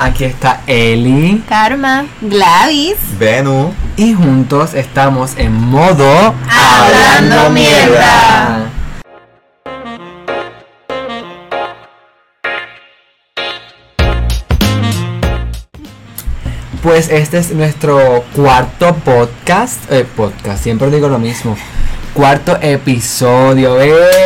Aquí está Eli, Karma, Gladys, Venu. y juntos estamos en modo Hablando Mierda. Pues este es nuestro cuarto podcast, siempre digo lo mismo, cuarto episodio,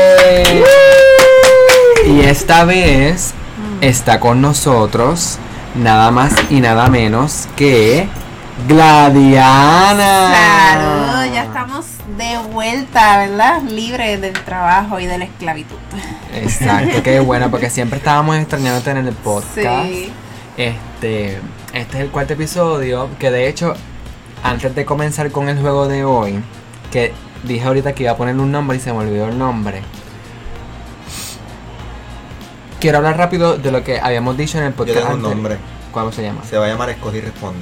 y esta vez está con nosotros nada más y nada menos que Gladiana. Claro, ya estamos de vuelta, ¿verdad? Libres del trabajo y de la esclavitud. Exacto, qué bueno, porque siempre estábamos extrañándote en el podcast. Sí. Este es el cuarto episodio, que de hecho, antes de comenzar con el juego de hoy, que dije ahorita que iba a ponerle un nombre y se me olvidó el nombre. Quiero hablar rápido de lo que habíamos dicho en el Yo podcast tengo un anterior. nombre. ¿Cómo se llama? Se va a llamar Escoge y Responde.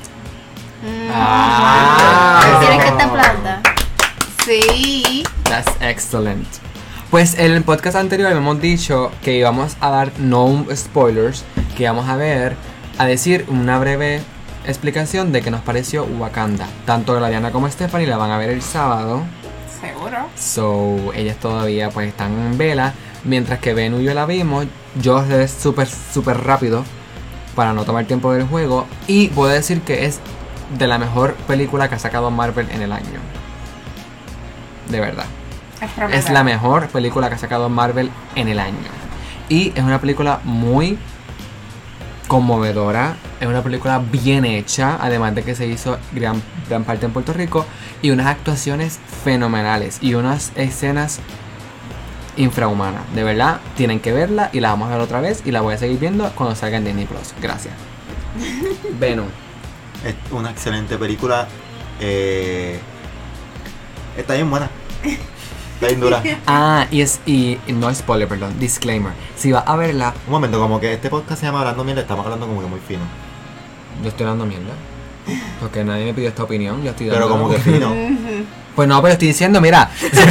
¿Quieres que te aplauda? Sí. That's excellent. Pues en el podcast anterior habíamos dicho que íbamos a dar no spoilers, que íbamos a decir una breve explicación de qué nos pareció Wakanda. Tanto Gladiana como Stephanie la van a ver el sábado. Seguro. So, ellas todavía pues están en vela. Mientras que Venu y yo la vimos. Yo es súper rápido para no tomar tiempo del juego. Y puedo decir que es de la mejor película que ha sacado Marvel en el año. De verdad. Es la mejor película que ha sacado Marvel en el año. Y es una película muy conmovedora. Es una película bien hecha. Además de que se hizo gran parte en Puerto Rico. Y unas actuaciones fenomenales. Y unas escenas infrahumanas. De verdad, tienen que verla. Y la vamos a ver otra vez. Y la voy a seguir viendo cuando salga en Disney Plus. Gracias. Venu. Es una excelente película. Está bien buena. Está bien dura. Y no spoiler, perdón. Disclaimer. Si vas a verla. Un momento, como que este podcast se llama Hablando Mierda, estamos hablando como que muy fino. Yo estoy dando mierda. Porque nadie me pidió esta opinión. Yo estoy Pero dando como que fino. Pues no, pero estoy diciendo, mira,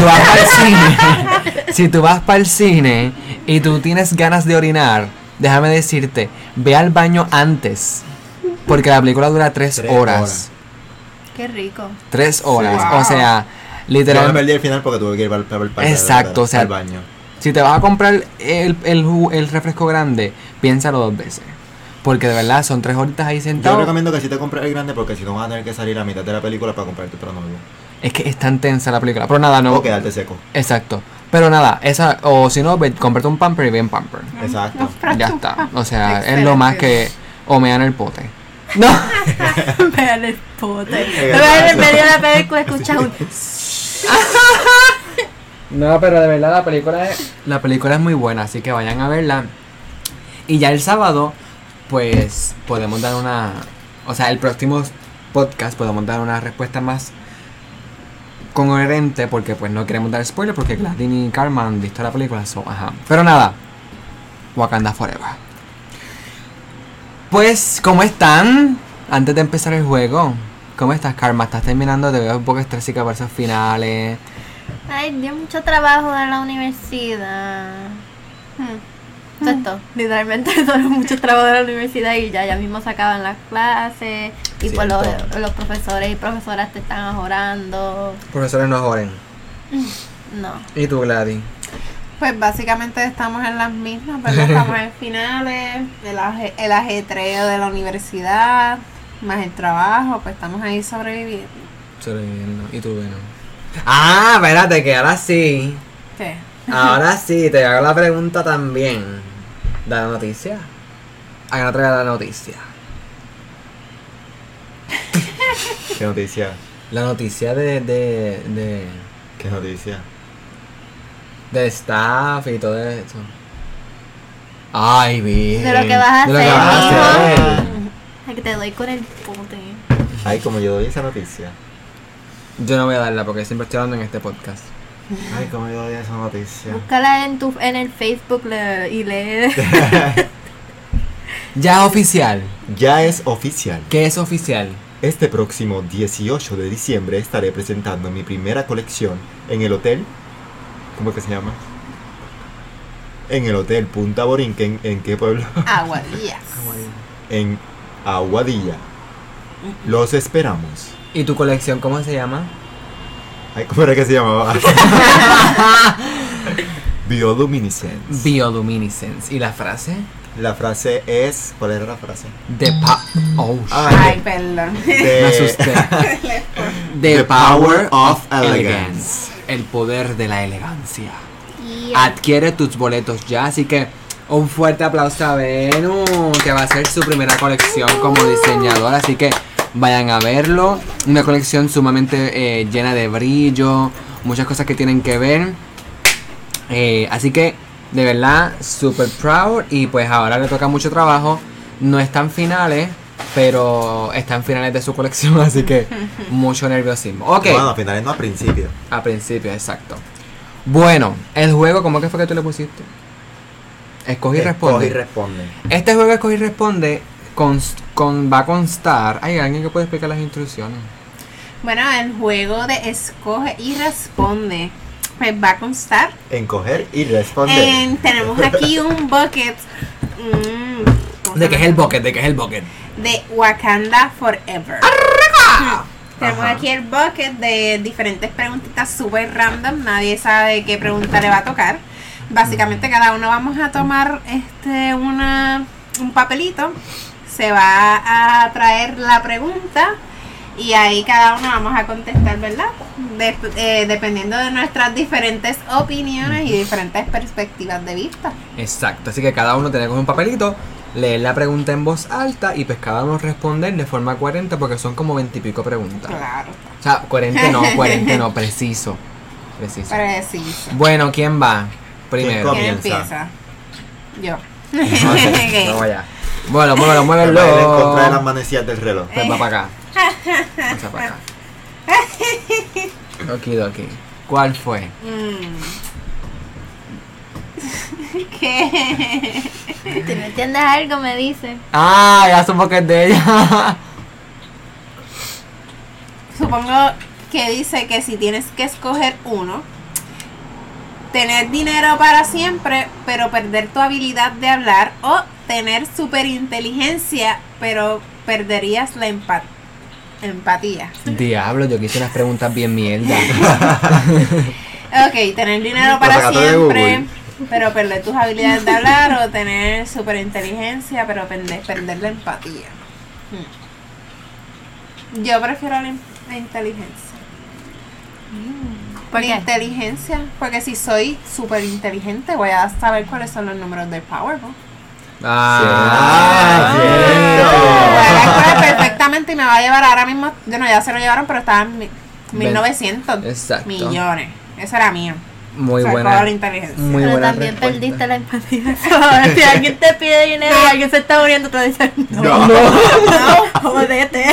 si tú vas para el cine y tú tienes ganas de orinar, déjame decirte, ve al baño antes. Porque la película dura 3 horas. Qué rico. 3 horas. Sí. O sea, Yo me literalmente. perdí el final porque tuve que ir para Exacto, o sea, al baño. Si te vas a comprar el refresco grande, piénsalo 2 veces. Porque de verdad son 3 horitas ahí Yo sentados. recomiendo que si te compres el grande porque si no vas a tener que salir a mitad de la película para comprarte otro nuevo. Es que es tan tensa la película. Pero nada, no. O quedarte seco. Exacto. Pero nada, esa, o si no, cómprate un pamper y ve en pamper. Exacto. Ya está. O sea, es lo más que homean el pote. No. Vean el pote. En Vean en medio de la película escucha un... No, pero de verdad la película es muy buena, así que vayan a verla. Y ya el sábado, pues podemos dar el próximo podcast podemos dar una respuesta más coherente, porque pues no queremos dar spoiler porque Gladys y Karma han visto la película, Pero nada, Wakanda Forever. Pues, ¿cómo están? Antes de empezar el juego, ¿cómo estás, Karma? ¿Estás terminando? Te veo un poco estrésica por esos finales. Ay, dio mucho trabajo en la universidad. Esto, literalmente todo mucho trabajo de la universidad y ya mismo se acaban las clases y pues los profesores y profesoras te están orando. Profesores, no joren. No. ¿Y tú, Gladys? Pues básicamente estamos en las mismas, ¿verdad? Estamos en finales, el ajetreo de la universidad, más el trabajo, pues estamos ahí sobreviviendo. Sobreviviendo. ¿Y tú, bueno? Ah, espérate, que ahora sí. ¿Qué? Ahora sí, te hago la pregunta también. ¿Da la noticia? ¿A qué no traiga la noticia? ¿Qué noticia? La noticia de ¿Qué noticia? staff y todo eso. Ay, bien. De lo que vas a De lo que hacer, vas a hijo. hacer. Ay, que te doy con el pote. Ay, como yo doy esa noticia. Yo no voy a darla porque siempre estoy hablando en este podcast. Ay, como yo doy esa noticia. Búscala en el Facebook y lee. Ya es oficial. Ya es oficial. ¿Qué es oficial? Este próximo 18 de diciembre estaré presentando mi primera colección en el hotel. ¿Cómo es que se llama? En el hotel Punta Borinquen. ¿En qué pueblo? Aguadillas. en Aguadilla. Los esperamos. ¿Y tu colección cómo se llama? Ay, ¿cómo era que se llamaba? Bioluminescence. Bioluminescence. ¿Y la frase? La frase es... ¿Cuál era la frase? Oh, Ay, perdón. me asusté. The power of elegance. El poder de la elegancia. Adquiere tus boletos ya, así que un fuerte aplauso a Venu, que va a ser su primera colección como diseñadora, así que vayan a verlo. Una colección sumamente llena de brillo, muchas cosas que tienen que ver. Así que de verdad super proud, y pues ahora le toca mucho trabajo. No están finales, pero están finales de su colección, así que mucho nerviosismo. Ok. Bueno, a finales no, a principio. A principio, exacto. Bueno, el juego, ¿cómo que fue que tú le pusiste? Escoge y responde. Escoge y responde. Este juego Escoge y responde va a constar. ¿Hay alguien que puede explicar las instrucciones? Bueno, el juego de escoge y responde pues va a constar Encoger y responder. tenemos aquí un bucket. ¿De qué es el bucket? ¿De qué es el bucket? De Wakanda Forever. Tenemos Ajá. aquí el bucket de diferentes preguntitas super random. Nadie sabe qué pregunta le va a tocar. Básicamente cada uno vamos a tomar un papelito. Se va a traer la pregunta y ahí cada uno vamos a contestar, ¿verdad? Dependiendo de nuestras diferentes opiniones y diferentes perspectivas de vista. Exacto, así que cada uno tiene que coger un papelito, leer la pregunta en voz alta y pues cada uno responder de forma coherente, porque son como 20 y pico preguntas. Claro. O sea, coherente no, preciso. Preciso. Bueno, ¿quién va primero? ¿Quién Comienza. empieza? Yo. Ok, vamos allá. Bueno, muévelo, Va a ir en contra de las muévelo. manecillas del reloj. Pues va para acá. Pasa para acá. Okidoki. ¿Cuál fue? ¿Qué? Si no entiendes algo, me dices. Ah, ya supongo que es de ella. Supongo que dice que si tienes que escoger uno, tener dinero para siempre, pero perder tu habilidad de hablar, o tener superinteligencia, pero perderías la empatía. Diablo, yo quise unas preguntas bien mierda. Ok, tener dinero para Lo sacaste de siempre, Google. pero perder tus habilidades de hablar, o tener superinteligencia, pero perder la empatía. Yo prefiero la inteligencia. ¿Por La qué? inteligencia, porque si soy súper inteligente voy a saber cuáles son los números del Powerball. Ah, Voy a la escuela perfectamente y me va a llevar ahora mismo, bueno, ya se lo llevaron, pero estaba en 1900 Exacto. millones. Eso era mío. Muy O sea, buena. toda la inteligencia. Muy Pero buena también respuesta. perdiste la empatía. Si alguien te pide dinero y alguien se está muriendo, tú dices, no, No. jodete.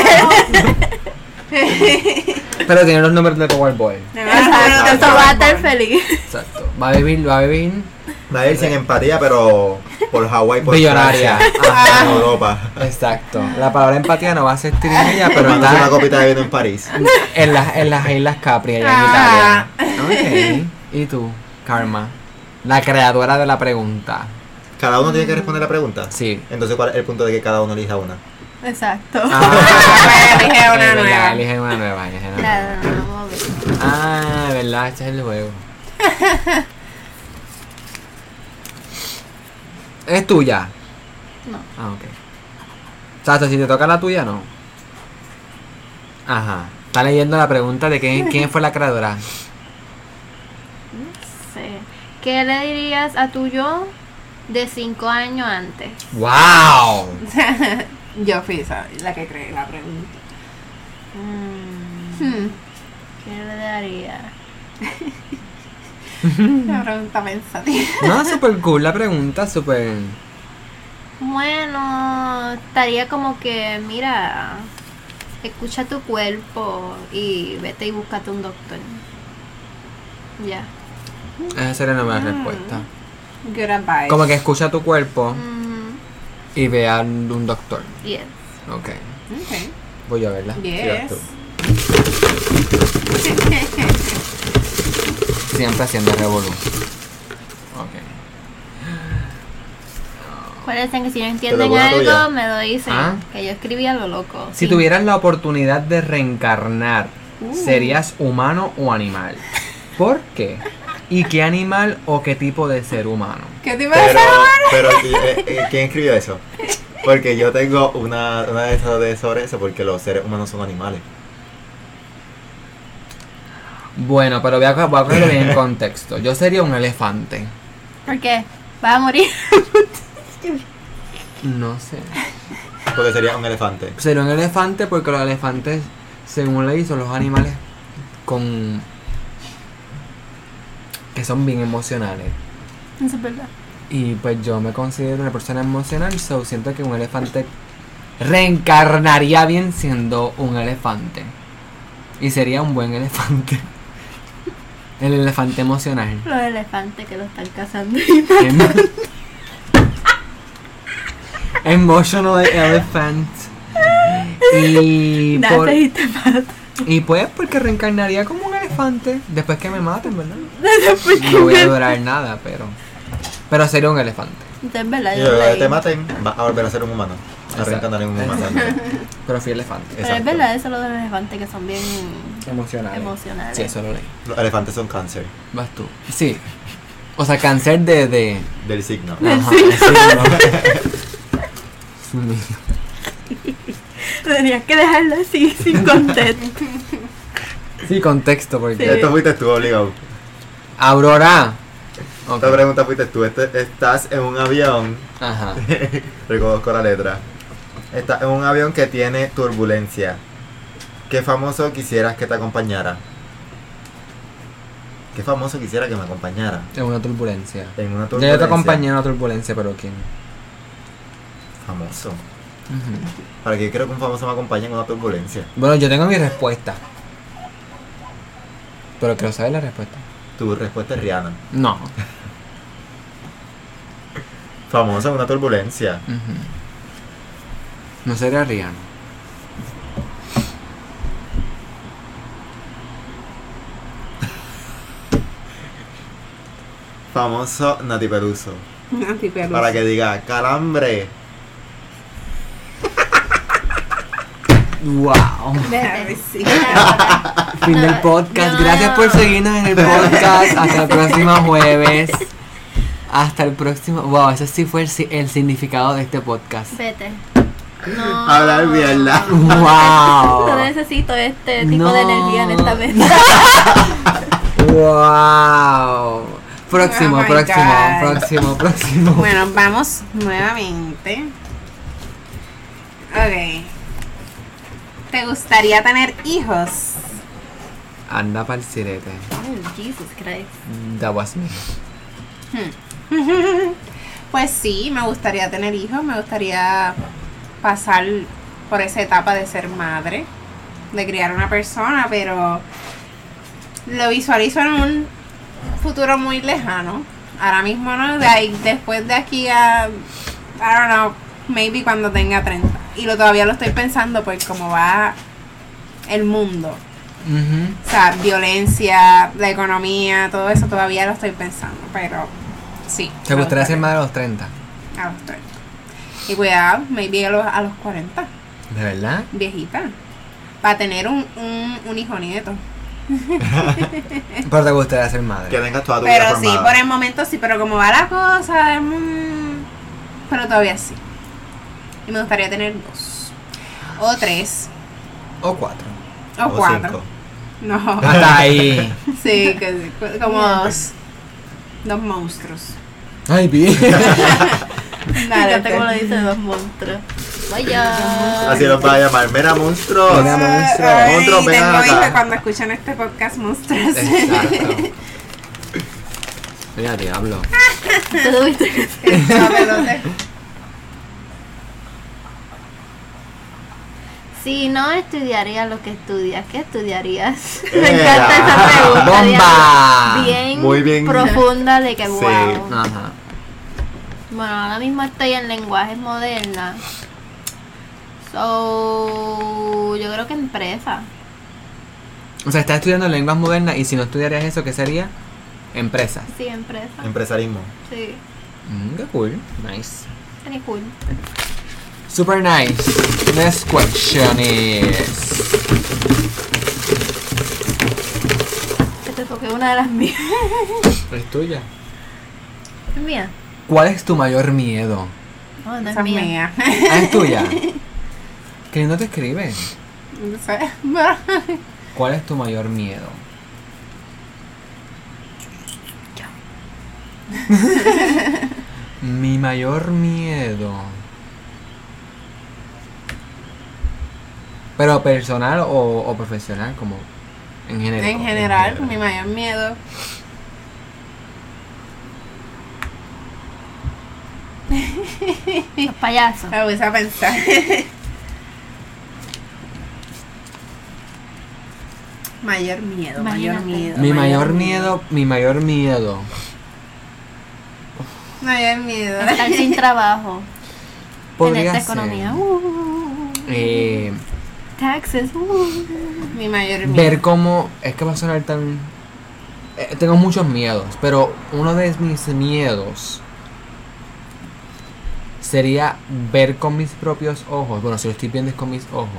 Pero tiene los números de Powerboy. Exacto, eso va a estar feliz. Exacto. Va a vivir. Va a ir sin empatía, pero por Hawái, por Billonaria. Francia, en Europa. Exacto. La palabra empatía no va a existir en ella, pero Tomándose una está copita de vino en París. en las Islas Capri, allá en Ah. Italia. Ok. ¿Y tú, Karma? La creadora de la pregunta. Cada uno tiene que responder la pregunta. Sí. Entonces, ¿cuál es el punto de que cada uno elija una? Exacto. Elige una es verdad, nueva. elige una nueva. Nada, no, vamos a ver. Ah, verdad, este es el juego. ¿Es tuya? No. Ah, ok. Exacto, si te toca la tuya, no. Ajá. Está leyendo la pregunta de quién fue la creadora. Sí. ¿Qué le dirías a tu yo de 5 años antes? ¡Wow! Yo fui la que creé la pregunta. ¿Qué le daría? Una pregunta pensativa. No, super cool la pregunta, super. Bueno, estaría como que, mira, escucha tu cuerpo y vete y búscate un doctor. Ya. Esa sería una buena respuesta. Good advice. Como que escucha tu cuerpo Mm, y ve a un doctor. yes. Ok. Okay. Voy a verla. Yes. tú. Siempre haciendo revolú. Ok. Acuérdense que si no entienden Pero bueno, algo, ya. me lo dicen. Ah. Que yo escribí a lo loco. Si Sí. tuvieras la oportunidad de reencarnar, ¿serías humano o animal? ¿Por qué? ¿Y qué animal o qué tipo de ser humano? ¿Qué te iba a decir? Pero ¿quién escribió eso? Porque yo tengo una de esas de sobre eso, porque los seres humanos son animales. Bueno, pero voy a ponerlo bien en contexto. Yo sería un elefante. ¿Por qué? ¿Vas a morir? No sé. Porque sería un elefante. Sería un elefante porque los elefantes, según leí, son los animales con... que son bien emocionales. Eso es verdad. Y pues yo me considero una persona emocional, so siento que un elefante reencarnaría bien siendo un elefante. Y sería un buen elefante. El elefante emocional. Los elefantes que lo están cazando. Emotional elephant. Y Nada, por, te diste mal. y pues porque reencarnaría como un elefante después que me maten, ¿verdad? Después que No voy a me- durar nada, pero sería un elefante. Es verdad, Y yo luego lo que leí. te maten, vas a volver a ser un humano. A Exacto. reencarnar en un humano. Pero fui elefante. Pero es Exacto. verdad eso lo de los elefantes que son bien Emocional. emocionales. Sí, eso lo leí. Los elefantes son cáncer. Vas tú. Sí. O sea, cáncer de... Del signo. Ajá, sí, no. Tenías que dejarlo así, sin contexto. Sí, contexto, porque... Sí. Esto fuiste tú, obligado. Aurora. Ok. Esta pregunta fuiste tú. Estás en un avión. Ajá. Reconozco la letra. Estás en un avión que tiene turbulencia. ¿Qué famoso quisieras que te acompañara? ¿Qué famoso quisiera que me acompañara? Es una turbulencia. En una Ya turbulencia. yo te acompañé en una turbulencia, pero ¿quién? Famoso. Ujú. ¿Para qué quiero que un famoso me acompañe en una turbulencia? Bueno, yo tengo mi respuesta. Pero quiero saber la respuesta. Tu respuesta es Rihanna. No. Famoso en una turbulencia. Ujú. No sería Rihanna. Famoso Nati Peluso. Antipeluso. Para que diga, calambre. Wow. Déjame sí. Fin del podcast. No. Gracias por seguirnos en el podcast. Hasta el próximo jueves. Hasta el próximo. Wow, ese sí fue el significado de este podcast. Vete. No. Hablar mierda. No Wow. necesito este tipo No. de energía en esta mesa. Wow. Próximo, Oh my próximo, God. próximo. Bueno, vamos nuevamente. Ok. ¿Te gustaría tener hijos? Anda pa'l sirete. Oh, Jesus Christ. That was me. Pues sí, me gustaría tener hijos, me gustaría pasar por esa etapa de ser madre, de criar una persona, pero lo visualizo en un futuro muy lejano. Ahora mismo no, de ahí, después de aquí a, I don't know, maybe cuando tenga 30. Y todavía lo estoy pensando por cómo va el mundo. Ujú. O sea, violencia, la economía, todo eso todavía lo estoy pensando, pero sí. ¿Te gustaría ser madre a los 30? A los 30. Y cuidado, maybe a los 40, ¿De verdad? viejita. Para tener un hijo nieto. Pero te gustaría ser madre. Que tengas toda tu vida Pero sí, formada. por el momento sí, pero como va la cosa, pero todavía sí. Y me gustaría tener 2. O 3. O 4. O 4. 5. No. Hasta ahí. Sí, como 2. 2 monstruos. Ay, bien. Me Dale, encanta como lo dice dos monstruos. Vaya. Así los va a llamar. Mira, monstruos. Mira, monstruo. Ay, Monstruos, ven tengo acá. hijos cuando escuchan este podcast, monstruos. Exacto. Mira, diablo. ¿Te tuviste que No, pelote. Si no estudiarías lo que estudias, ¿qué estudiarías? Ea. Me encanta esa pregunta. ¡Bomba! Bien, Muy bien. profunda de que Sí. wow. Ajá. Bueno, ahora mismo estoy en lenguajes modernas. So, yo creo que empresa. O sea, estás estudiando lenguas modernas y si no estudiarías eso, ¿qué sería? Empresas. Sí, empresa. Empresarismo. Sí. Qué cool. Nice. Sería cool. Super nice. Next question is... Que te toque una de las mías. ¿Es tuya? ¿Es mía? ¿Cuál es tu mayor miedo? No, no es Esa es mía. mía. Ah, es tuya. ¿Qué no te escribe? No sé. ¿Cuál es tu mayor miedo? Mi mayor miedo. Pero personal o profesional, como en general. En general, mi mayor miedo. Los payasos. Me puse a pensar. Mayor miedo, mayor Imagínate. miedo. Mi mayor miedo. Mayor miedo. Estar sin trabajo. En Podría esta ser economía. Taxes. Mi mayor miedo. ver cómo. Es que va a sonar tan. Tengo muchos miedos, pero uno de mis miedos sería ver con mis propios ojos. Bueno, si lo estoy viendo es con mis ojos.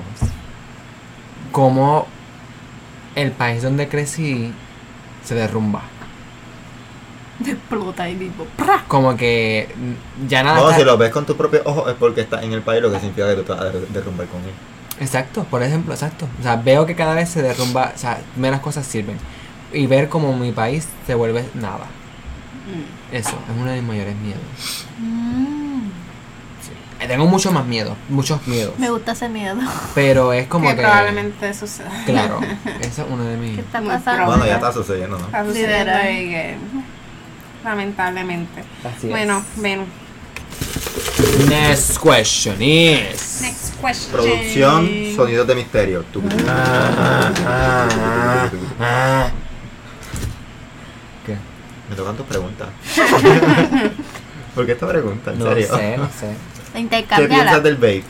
Cómo el país donde crecí se derrumba. Explota ahí mismo. ¡Pra! Como que ya nada. No, está- si lo ves con tus propios ojos es porque estás en el país, lo que significa que tú te vas a derrumbar con él. Exacto, por ejemplo, exacto. O sea, veo que cada vez se derrumba, o sea, menos cosas sirven. Y ver como mi país se vuelve nada. Eso es uno de mis mayores miedos. Tengo mucho más miedo, muchos miedos. Me gusta ese miedo. Pero es como que que. probablemente suceda. Claro, eso es uno de mis. ¿Qué está Muy pasando? Bueno, ya está sucediendo, ¿no? Está sucediendo Literal. y que, lamentablemente. Así es. Bueno, ven. Next question is. Next question. Producción, sonidos de misterio. ¿Qué? Me tocan tus preguntas. ¿Por qué esta pregunta? ¿En No serio? sé, no sé. ¿Qué Intercambiala. piensas del vape?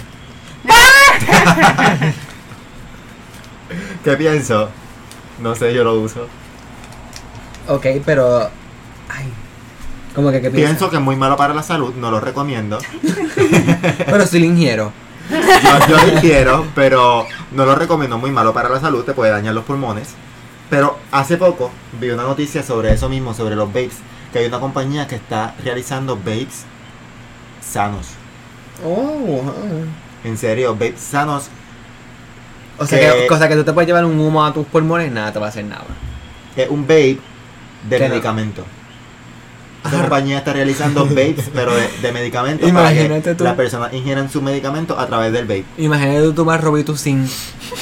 ¿Qué pienso? No sé, yo lo uso. Ok, pero. Ay. Como que, ¿qué Pienso piensas? que es muy malo para la salud, no lo recomiendo. Pero si lo ingiero. Yo lo quiero, pero no lo recomiendo, muy malo para la salud, te puede dañar los pulmones. Pero hace poco vi una noticia sobre eso mismo, sobre los vapes, que hay una compañía que está realizando vapes sanos. Oh, En serio, vapes sanos. O sea, Que- cosa que tú te puedes llevar un humo a tus pulmones, nada te va a hacer nada. Es un vape de ¿Qué no? medicamento. Esta compañía está realizando vapes, pero de medicamentos para Imagínate que tú. las personas ingieran su medicamento a través del vape. Imagínate tú tomar Robitussin.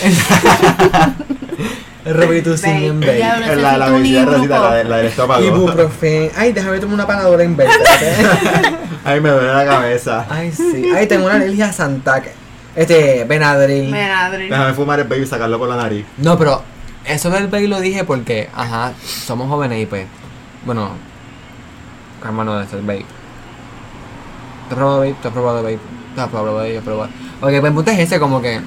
El Robitussin en Ya, vez. no La necesito un medicina ibuprofeno. Rosita, la del estómago. Ibuprofen. Ay, déjame tomar una panadora en vez. Ay, me duele la cabeza. Ay, sí. Ay, tengo una alergia a Santac. Benadryl. Menadri. Déjame fumar el vape y sacarlo por la nariz. No, pero eso del vape lo dije porque, ajá, somos jóvenes y pues, bueno, hermano de este vape. ¿Te has probado vape? ¿Te has probado vape? ¿Te has probado vape? ¿Te has probado? Ok, pues el punto es ese, como que,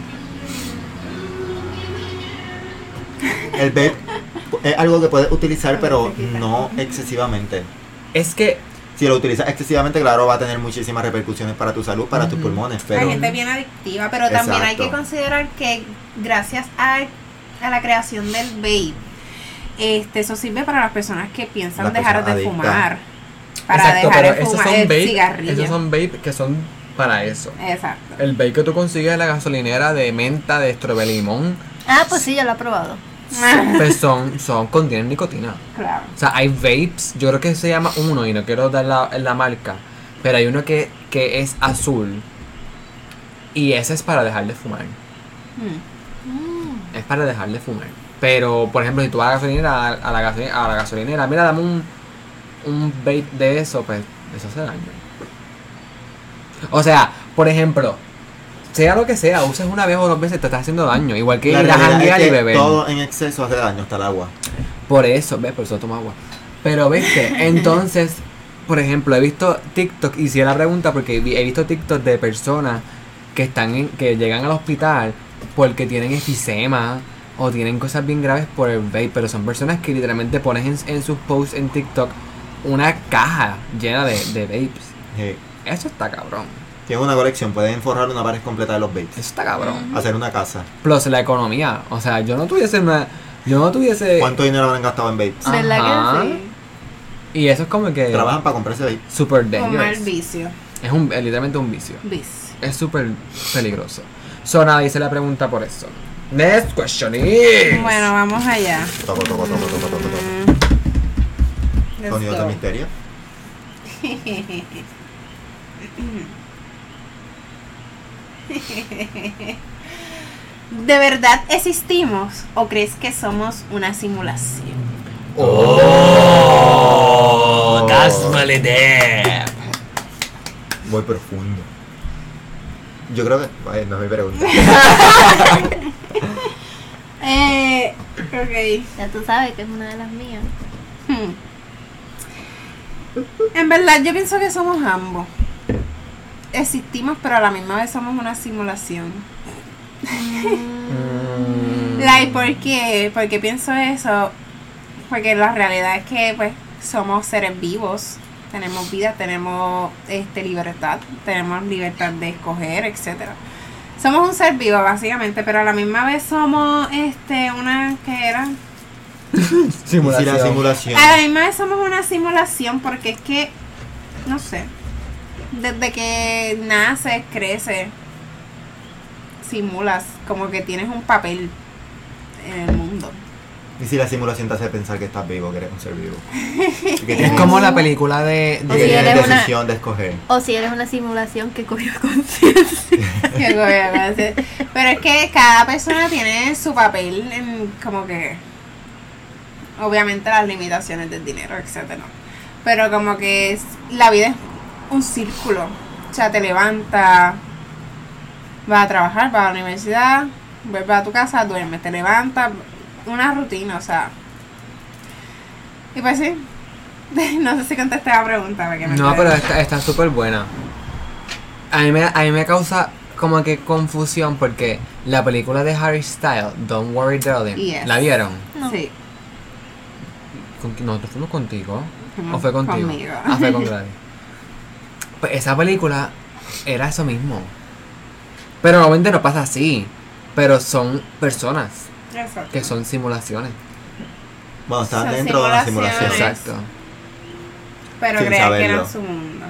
El vape es algo que puedes utilizar, pero no excesivamente. es que, Mm. Si lo utilizas excesivamente, claro, va a tener muchísimas repercusiones para tu salud, para tus pulmones. Pero Hay gente bien adictiva, pero también hay que Exacto. considerar que gracias a la creación del vape, eso sirve para las personas que piensan Las dejar de personas adictas. fumar. Para exacto, dejar pero de esos fumar son el vape, cigarrillo. esos son vape que son para eso. Exacto. El vape que tú consigues en la gasolinera de menta, de estrobe limón, Ah, pues sí, yo lo he probado. pues contienen nicotina. Claro. O sea, hay vapes, yo creo que se llama uno y no quiero dar la marca, pero hay uno que es azul y ese es para dejar de fumar. Es para dejar de fumar. Pero, por ejemplo, si tú vas a la gasolinera, mira, dame un vape de eso, pues eso hace daño. O sea, por ejemplo, sea lo que sea, uses una vez o dos veces, te está haciendo daño. Igual que la ir a realidad janguear es y que beber. todo en exceso hace daño, hasta el agua. Por eso, ¿ves? Por eso tomo agua. Pero, ¿ves que? Entonces, por ejemplo, he visto TikTok, hice la pregunta porque he visto TikTok de personas que llegan al hospital porque tienen efisema o tienen cosas bien graves por el vape, pero son personas que literalmente ponen en sus posts en TikTok una caja llena de vapes. Sí. Eso está cabrón. Tienen una colección, pueden forrar una pared completa de los babes. Eso está cabrón. Hacer una casa. Plus la economía. O sea, yo no tuviese ¿Cuánto dinero habrán gastado en babes? ¿Verdad Ajá. que sí? Y eso es como que Trabajan para comprarse babes. super Como el dangerous. vicio. Es literalmente un vicio. Vicio. Es súper peligroso. So, nadie se la pregunta por eso. Next question is... Bueno, vamos allá. Toco. Let's Sonidos go. de misterio. ¿De verdad existimos o crees que somos una simulación? Oh, that's really deep. Muy profundo. Yo creo que... Ay, no es mi pregunta. Ok. Ya tú sabes que es una de las mías. En verdad yo pienso que somos ambos. Existimos, pero a la misma vez somos una simulación. Like, ¿por qué? Porque pienso eso. Porque la realidad es que pues somos seres vivos. Tenemos vida, tenemos libertad, tenemos libertad de escoger, etcétera. Somos un ser vivo básicamente, pero a la misma vez somos una que era. ¿Y si la simulación? A la misma vez somos una simulación porque es que no sé. Desde que naces, creces, simulas, como que tienes un papel en el mundo. ¿Y si la simulación te hace pensar que estás vivo, que eres un ser vivo? Es como la película de... O si Tienes eres una- decisión de escoger. O si eres una simulación que cogió conciencia. Qué gobierno, sí. Pero es que cada persona tiene su papel en como que obviamente las limitaciones del dinero, etcétera. Pero como que la vida es un círculo. O sea, te levantas, vas a trabajar, vas a la universidad, vuelves a tu casa, duermes, te levantas, una rutina, o sea. Y pues sí. No sé si contesté la pregunta. Porque me No, quedé- pero está súper buena. A mí me causa como que confusión porque la película de Harry Styles, Don't Worry Darling, Yes. ¿la vieron? No. Sí. Nosotros fuimos contigo. Fuimos ¿O fue contigo? conmigo. Ah, fue con Gladys. Pues esa película era eso mismo. Pero obviamente no pasa así. Pero son personas Exacto. que son simulaciones. Bueno, estaban Son dentro de una simulaciones. simulación. Exacto. Pero Sin creían que era saberlo. su mundo.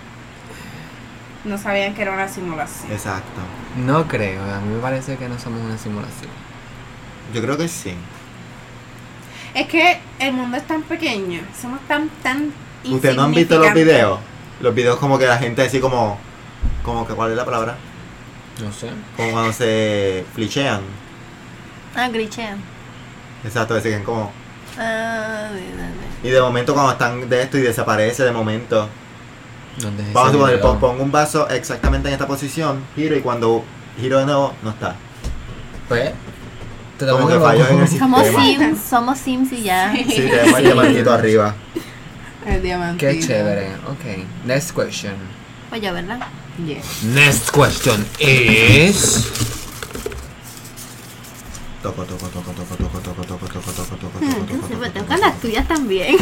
No sabían que era una simulación. Exacto. No creo, a mí me parece que no somos una simulación. Yo creo que sí. Es que el mundo es tan pequeño. Somos tan ¿Ustedes no han visto los insignificantes. videos? Los videos como que la gente así como que, ¿cuál es la palabra? No sé. Como cuando se flichean. Ah, glitchean. Exacto, que se quedan como... Ah, Y de momento cuando están de esto y desaparece de momento. ¿Dónde es Vamos a ese suponer, video? pongo un vaso exactamente en esta posición, giro y cuando giro de nuevo, no está. Pues, te Como tomas que el falló en el Somos sistema. somos Sims y ya. Sí. Sí, tenemos el diamantito arriba. El diamantito. Qué chévere. Ok. Next question. Pues yo, ¿verdad? Yes. Next question is... Toco. Me tocan las tuyas también.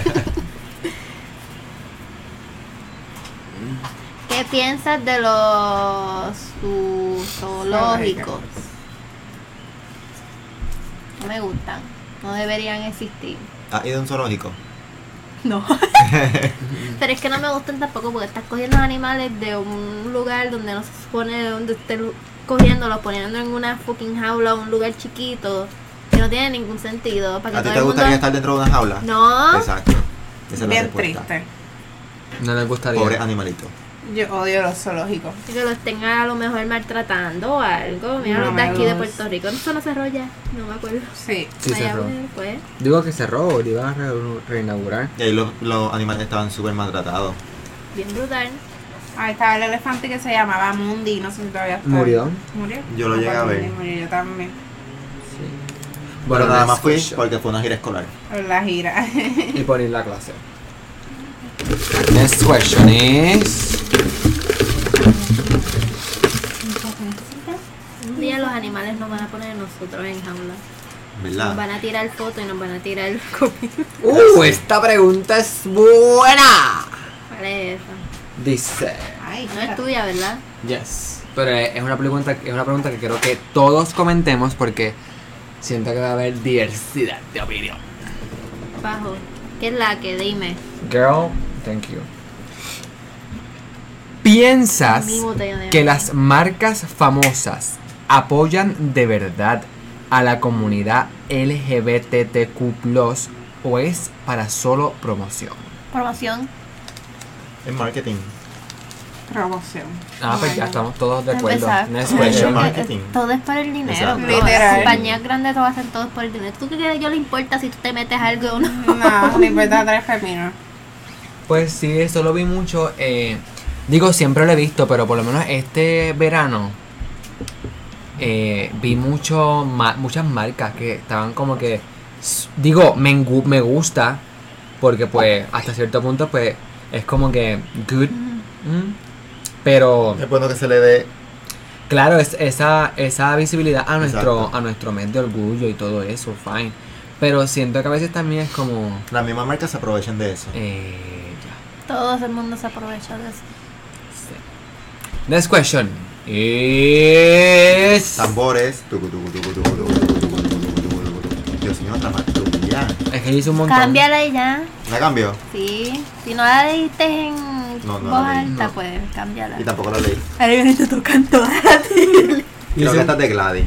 ¿Qué piensas de los zoológicos? No me gustan. No deberían existir. ¿Has ido a un zoológico? No. Pero es que no me gustan tampoco porque estás cogiendo animales de un lugar donde no se supone donde estés cogiéndolos, poniendo en una fucking jaula o un lugar chiquito que no tiene ningún sentido. Para que ¿A ti todo te el gustaría mundo... estar dentro de una jaula? No. Exacto. Esa es la Bien respuesta. triste. No les gustaría. Pobre animalito. Yo odio los zoológicos. Que los tengan a lo mejor maltratando o algo. Mira No los de me aquí de gusta. Puerto Rico. Eso no se rolla. No me acuerdo. Sí. Sí, cerró. Pues. Digo que cerró, lo iban a reinaugurar. Y ahí los animales estaban súper maltratados. Bien brutal. Ahí estaba el elefante que se llamaba Mundi. No sé si todavía está. ¿Murió? ¿Murió? Yo lo llegué a ver. Murió yo también. Bueno, nada next más fui question. porque fue una gira escolar. Por la gira. Y por ir a la clase. Next question is... Un día los animales nos van a poner nosotros en jaula. Nos ¿Verdad? van a tirar fotos y nos van a tirar comida. Esta pregunta es buena. ¿Cuál es esa? Dice. Ay, No es tuya, ¿verdad? Yes. Pero es una pregunta que quiero que todos comentemos porque siento que va a haber diversidad de opinión. Bajo. ¿Qué es la que? Dime. Girl, thank you. ¿Piensas Mi botella de que agua. las marcas famosas apoyan de verdad a la comunidad LGBTQ+ o es para solo promoción? Promoción. En marketing. promoción. Pues ya estamos todos de acuerdo. Empezar. Next Question. question. Marketing. Todo es por el dinero. Exacto. Todas las Literal. compañías grandes todo hacen todo por el dinero. ¿Tú qué crees que yo le importa si tú te metes algo o no? No, libertad tres caminos. Pues sí, eso lo vi mucho. Digo, siempre lo he visto, pero por lo menos este verano vi muchas marcas que estaban como que... Digo, me gusta porque pues hasta cierto punto pues es como que good. Pero Es bueno que se le dé. claro, esa visibilidad a Exacto. nuestro mes de orgullo y todo eso, fine. Pero siento que a veces también es como... Las mismas marcas se aprovechan de eso. ya. Todo el mundo se aprovecha de eso. Next question is... Tambores. Tucu, tucu, tucu, tucu, tucu, tucu, tucu, tucu, tucu, tucu. Dios mío, otra más. Ya. Es que hice un montón. Cámbiala y ya. ¿La cambio? Sí. Si no la leíste en No, no voz la leí, alta, no. pues cámbiala. Y tampoco la leí. Ahora viene te tocan todas a ti. Creo Hice- que esta es de Gladys.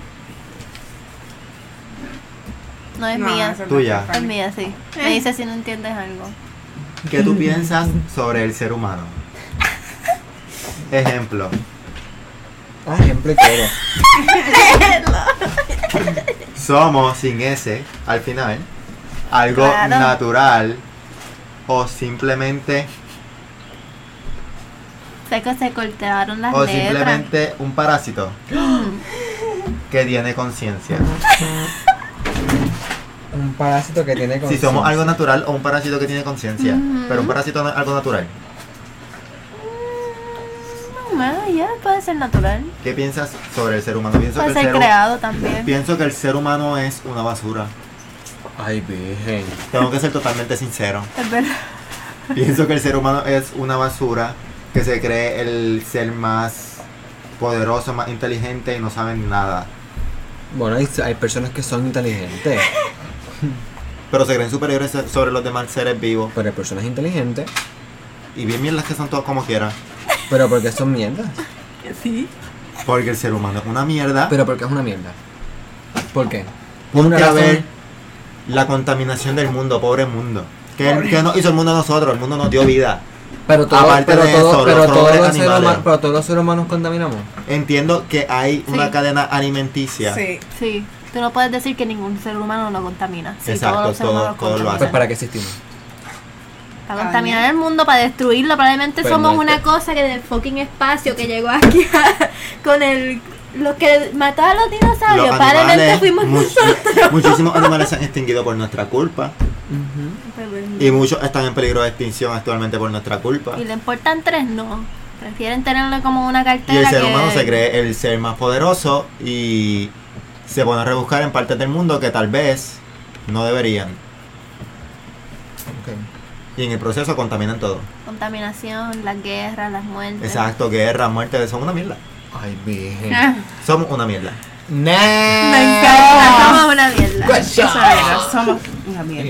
No es No, mía. esa no Tuya. para Es mí. mía, sí. Me dice si no entiendes algo. ¿Qué tú piensas sobre el ser humano? Ejemplo. Ejemplo y todo. Somos sin S al final. Algo Claro. natural. O simplemente. Sé que se cortaron las O letras. simplemente un parásito. Que tiene conciencia. Un parásito que tiene Si conciencia. somos algo natural o un parásito que tiene conciencia. Ujú. Pero un parásito no es algo natural. Bueno, ya puede ser natural. ¿Qué piensas sobre el ser humano? Puede ser creado también. Pienso que el ser humano es una basura. Ay, virgen. Tengo que ser totalmente sincero. Es verdad. Pienso que el ser humano es una basura que se cree el ser más poderoso, más inteligente y no saben nada. Bueno, hay personas que son inteligentes, Pero se creen superiores sobre los demás seres vivos. pero hay personas inteligentes, Y bien mierdas que son todos como quieran. pero porque son mierdas. Sí. Porque el ser humano es una mierda. Pero porque es una mierda. ¿Por qué? Ponte Una a razón. ver la contaminación del mundo, pobre mundo. ¿Qué nos hizo el mundo a nosotros? El mundo nos dio vida. Pero Aparte de eso, los pobres animales. pero todos los seres humanos contaminamos. Entiendo que hay Sí. una cadena alimenticia. Sí. Sí. Tú no puedes decir que ningún ser humano lo contamina. Sí, Exacto, todos los seres humanos todos lo contaminan. Pues para qué existimos. Para contaminar el mundo, para destruirlo. Probablemente Pues somos no, una cosa que del fucking espacio que llegó aquí con el... Los que mató a los dinosaurios. Los Probablemente animales, fuimos nosotros. muchísimos animales se han extinguido por nuestra culpa. Y muchos están en peligro de extinción actualmente por nuestra culpa. Y le importan tres, no. Prefieren tenerlo como una Y cartera el ser que... humano se cree el ser más poderoso y se pone a rebuscar en partes del mundo que tal vez no deberían. Y en el proceso contaminan todo. Contaminación, las guerras, las muertes. Exacto, guerra, muerte, son una mierda. Ay, virgen. Ah, Somos una mierda. Me encanta. Somos una mierda. Question. eso era, somos una mierda.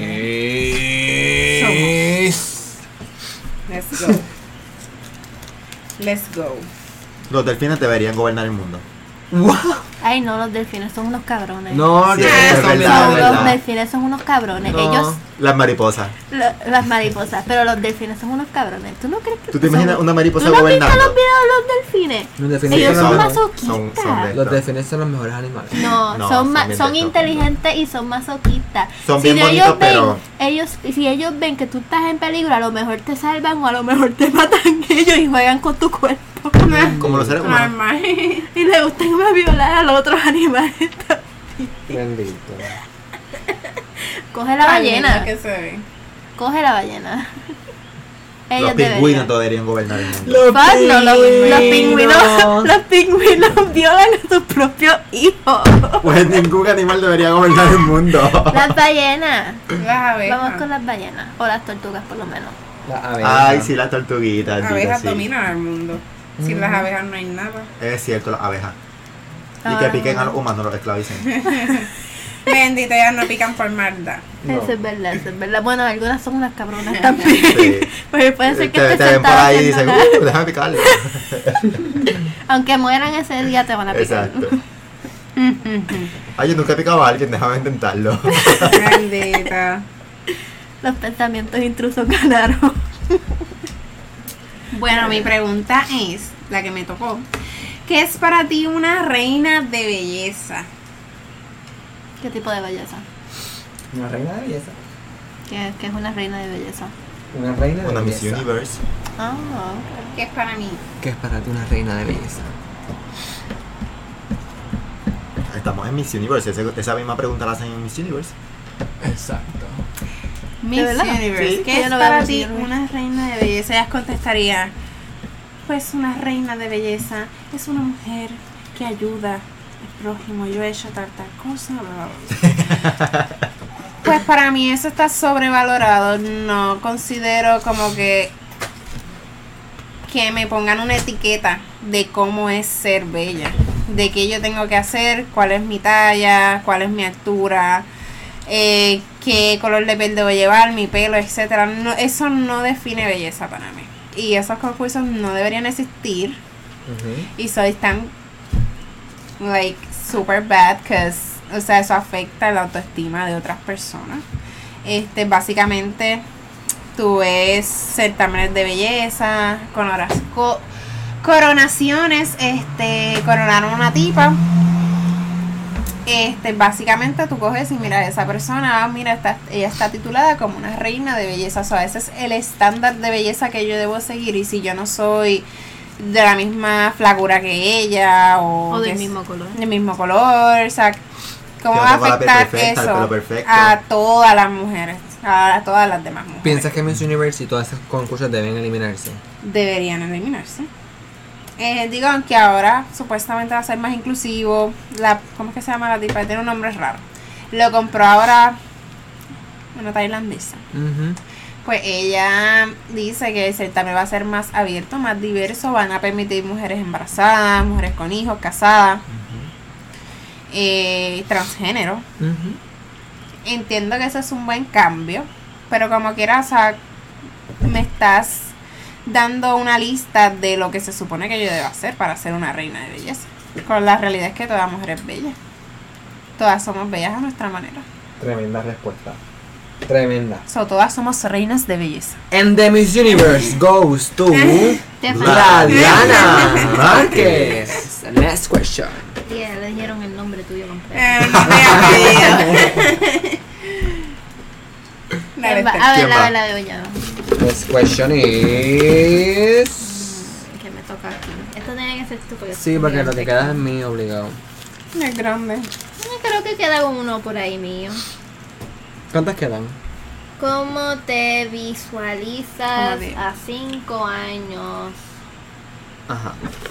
Is- Let's go. Let's go. Los delfines deberían gobernar el mundo. Ay, no, los delfines son unos cabrones. No, Sí, de es eso, verdad, No, es los verdad. delfines son unos cabrones. No. Ellos, Las mariposas. las mariposas, pero los delfines son unos cabrones. ¿Tú no crees que ¿Tú te imaginas una mariposa ¿Tú no has visto gobernando? los videos de los delfines? Los delfines Ellos son son los masoquistas. son de- Los delfines son los mejores animales. No, No, son, son bien son de esto. inteligentes y son masoquistas. Son Si bien ellos bonitos, pero- si ellos ven que tú estás en peligro, a lo mejor te salvan o a lo mejor te matan ellos y juegan con tu cuerpo. Como los seres humanos. Normal. Y les gusta más violar a los otros animales. Bendito. Coge la ballena. Que se ve. Coge la ballena. Los Ellos pingüinos deberían. deberían gobernar el mundo. Fuck, no, los pingüinos violan a sus propios hijos. Pues ningún animal debería gobernar el mundo. Las ballenas. Las abejas. Vamos con las ballenas. O las tortugas, por lo menos. La abeja. Ay, sí, las tortuguitas. Las Dita, abejas sí. dominan el mundo. Sin las abejas no hay nada. Es cierto, las abejas. Y que Ah. piquen a los humanos, los esclavicen. Bendito, ellas no pican por maldad. No. Eso es verdad, eso es verdad. Bueno, algunas son unas cabronas también. Sí. Pues puede ser que te estés ven por sentada ahí y haciendo dicen, nada. déjame picarle. Aunque mueran ese día te van a picar. Exacto. Ay, yo nunca he picado a alguien, déjame intentarlo. Bendita. Los pensamientos intrusos ganaron. Bueno, mi pregunta es, la que me tocó. ¿Qué es para ti una reina de belleza? ¿Qué tipo de belleza? Una reina de belleza. ¿Qué es una reina de belleza? Una reina de Una Miss belleza. Universe. Ah, ¿Qué es para mí? ¿Qué es para ti una reina de belleza? Estamos en Miss Universe, esa misma pregunta la hacen en Miss Universe. Exacto. Miss verdad? Universe. Sí. ¿Qué Yo es no veo para Miss ti Universe. una reina de belleza? Ellas contestarían, pues una reina de belleza es una mujer que ayuda al prójimo. Yo he hecho tal cosa. Bla, bla, bla. Pues para mí eso está sobrevalorado. No considero como que me pongan una etiqueta de cómo es ser bella, de qué yo tengo que hacer, cuál es mi talla, cuál es mi altura, qué color de piel debo llevar, mi pelo, etcétera. No, eso no define belleza para mí. Y esos concursos no deberían existir. Y soy tan like super bad o sea, eso afecta la autoestima de otras personas. Básicamente tú ves certámenes de belleza, coronaciones, coronaron una tipa. Básicamente tú coges y miras a esa persona, mira, ella está titulada como una reina de belleza. O sea, ese es el estándar de belleza que yo debo seguir. Y si yo no soy de la misma flagura que ella o que del es mismo color. del mismo color, o sea, ¿cómo Que va a no tengo la piel afectar perfecta, el eso pelo perfecto. a todas las mujeres, a todas las demás mujeres? ¿Piensas que Miss Universe y todos esos concursos deben eliminarse? Deberían eliminarse. Digo, aunque ahora supuestamente va a ser más inclusivo. ¿Cómo es que se llama la tipa? Tiene un nombre raro. Lo compró ahora una tailandesa. Pues ella dice que el certamen va a ser más abierto, más diverso. Van a permitir mujeres embarazadas, mujeres con hijos, casadas, transgénero. Entiendo que eso es un buen cambio, pero como quiera, o sea, me estás dando una lista de lo que se supone que yo debo hacer para ser una reina de belleza. Con la realidad es que toda mujer es bella. Todas somos bellas a nuestra manera. Tremenda respuesta. Tremenda. Todas somos reinas de belleza. And the Miss Universe goes to Te la Diana Márquez. Next question. Yeah, le dijeron el nombre tuyo completo. Dale, A ver, ¿Quién va? la de Ollado. Next question is... Que me toca aquí. Esto tiene que ser tú porque Sí, porque lo que queda es mío obligado. es grande. Creo que queda uno por ahí mío. ¿Cuántas quedan? ¿Cómo te visualizas Como de- a 5 años? Ajá.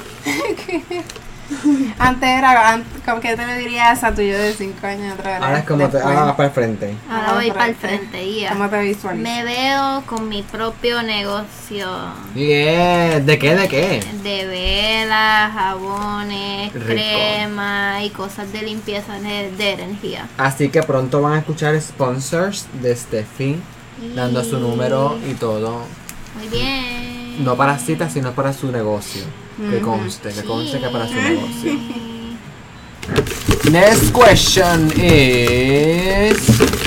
Antes era, como que te me dirías a tuyo de 5 años atrás. Ahora es como te... Después. Ahora vas para el frente. Ahora voy para el frente. frente, ya. ¿Cómo te visualizas? Me veo con mi propio negocio Yeah. ¿De qué? ¿De qué? de velas, jabones, Rico. crema y cosas de limpieza de energía. Así que pronto van a escuchar sponsors de Steffi dando su número y todo. Muy bien. No para citas, sino para su negocio. Que conste que para su negocio. Next question is...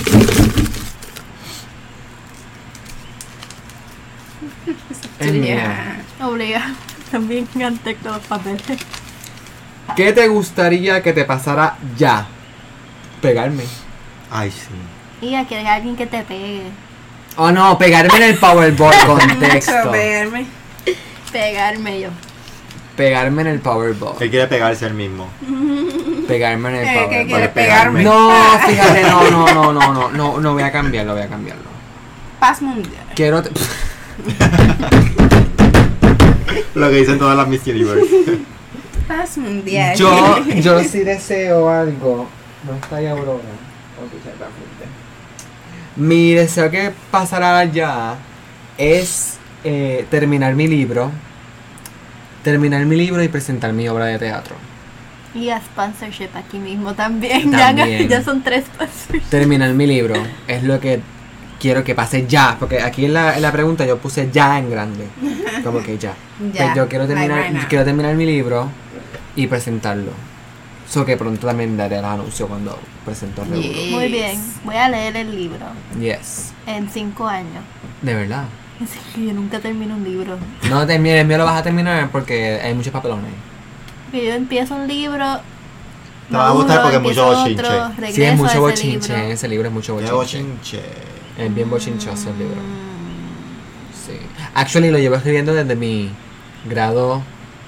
Es mía. Obliga. También ante todos los papeles. ¿Qué te gustaría que te pasara ya? Pegarme. Ay, sí. Y aquí hay alguien que te pegue. Oh no, pegarme en el Powerball. Contexto. Pegarme. Pegarme yo. Pegarme en el Powerball. Él quiere pegarse él mismo. Pegarme en el ¿Qué Powerball. quiere pegarme? No, fíjate, no voy a cambiarlo, Paz mundial. Quiero... Lo que dicen todas las Miss Universe. Paz mundial. Yo sí deseo algo. No está ahí Aurora. Ok, ya está frente. Mi deseo que pasará ya es terminar mi libro y presentar mi obra de teatro. Y a sponsorship aquí mismo también. También. Ya son 3 sponsors. Terminar mi libro es lo que quiero que pase ya, porque aquí en la pregunta yo puse ya en grande, como que ya. Ya, Pues yo quiero like right now. terminar mi libro y presentarlo. So que pronto también daré el anuncio cuando presento el Revolú. Yeah. Muy bien. Voy a leer el libro Yes. en 5 años. De verdad. Es que yo nunca termino un libro. No termines, el mío lo vas a terminar porque hay muchos papelones. Que yo empiezo un libro. Te va a gustar porque es mucho empiezo bochinche. otro, Sí, regreso es a mucho ese bochinche. libro. Ese libro es mucho Qué bochinche. bochinche. Es bien bochinchoso el libro. Sí. Actually lo llevo escribiendo desde mi grado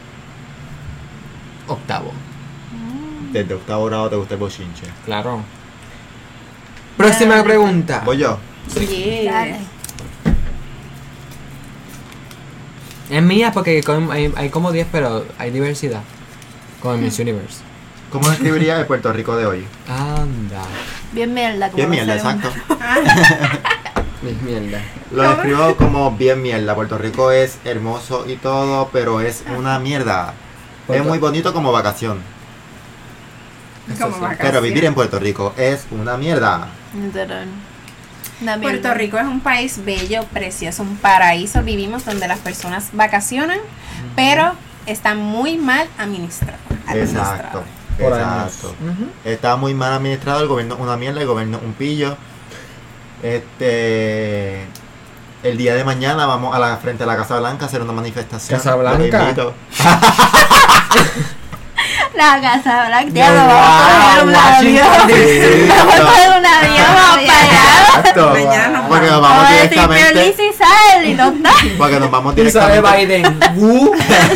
8º. Desde 8º grado te gusta el bochinche. Claro. Próxima pregunta. Voy yo. Yeah. Dale. Es mía porque hay como 10, pero hay diversidad. Como en Miss Universe. ¿Cómo describirías el Puerto Rico de hoy? Anda. Bien mierda. Como Bien la mierda, segunda. exacto. Es mierda. Lo describo como bien mierda. Puerto Rico es hermoso y todo, pero es una mierda. Es muy bonito como vacación. Como sí. vacaciones. Pero vivir en Puerto Rico es una mierda. Literal. Una mierda. Puerto Rico es un país bello, precioso, un paraíso. Vivimos donde las personas vacacionan, pero está muy mal administrado. Exacto. Por Exacto. años. Ujú. Está muy mal administrado, el gobierno es una mierda, el gobierno es un pillo. El día de mañana vamos a la frente a la Casa Blanca a hacer una manifestación. Casa Blanca. Los invito. La Casa Blanca. Wow, Ya vamos a coger un Washington, avión. D.C. Vamos a coger un avión. Vamos para allá. Exacto. Mañana nos Porque nos Vamos vamos a decir directamente. Bernice Isabel y nos da. Porque nos vamos Y sabe directamente. Biden.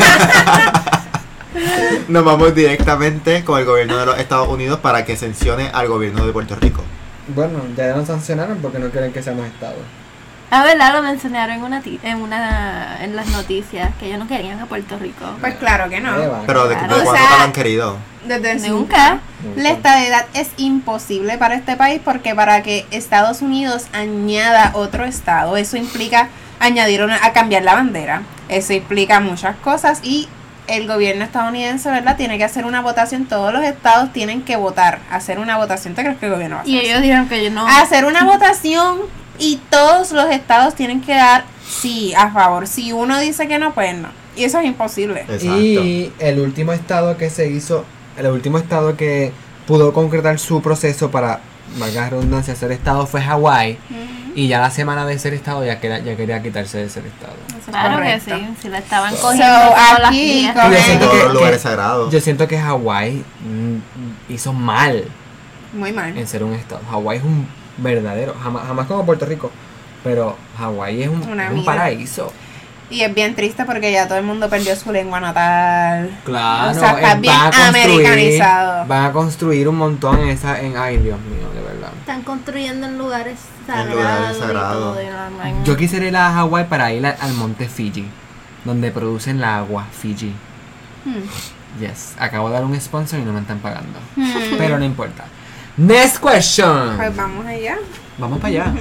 Nos vamos directamente con el gobierno de los Estados Unidos para que sancione al gobierno de Puerto Rico. Bueno, ya nos sancionaron porque no quieren que seamos estados. A verdad lo mencionaron en las noticias que ellos no querían a Puerto Rico. Pues claro que no. Pero ¿de Claro. cuándo O sea, te lo han querido? Desde Nunca. La estadidad es imposible para este país porque para que Estados Unidos añada otro estado, eso implica a cambiar la bandera. Eso implica muchas cosas y el gobierno estadounidense, ¿verdad? Tiene que hacer una votación. Todos los estados tienen que votar, hacer una votación. ¿Te crees que el gobierno va a hacer Y eso? ellos dijeron que yo no. Hacer una votación y todos los estados tienen que dar sí a favor. Si uno dice que no, pues no. Y eso es imposible. Exacto. Y el último estado que se hizo, el último estado que pudo concretar su proceso para, valga la redundancia, ser estado fue Hawái. Y ya la semana de ser estado ya quería quitarse de ser estado. Claro Correcto. que sí. Si la estaban So, cogiendo todas las aquí, líneas. con Yo En siento todos que- los lugares que- sagrados. Yo siento que Hawái hizo mal Muy mal. en ser un estado. Hawái es un verdadero, jamás como Puerto Rico, pero Hawái es Una un mierda. paraíso. Y es bien triste porque ya todo el mundo perdió su lengua natal. Claro, O sea, está bien americanizado. Van a construir un montón en ay Dios mío, de verdad. Están construyendo en lugares En lugares sagrados. sagrados. Y todo, y la man- Yo quisiera ir a Hawái para ir al monte Fiji, donde producen la agua Fiji. Yes, acabo de dar un sponsor y no me están pagando. Pero no importa. Next question. Pues vamos allá. Vamos para allá.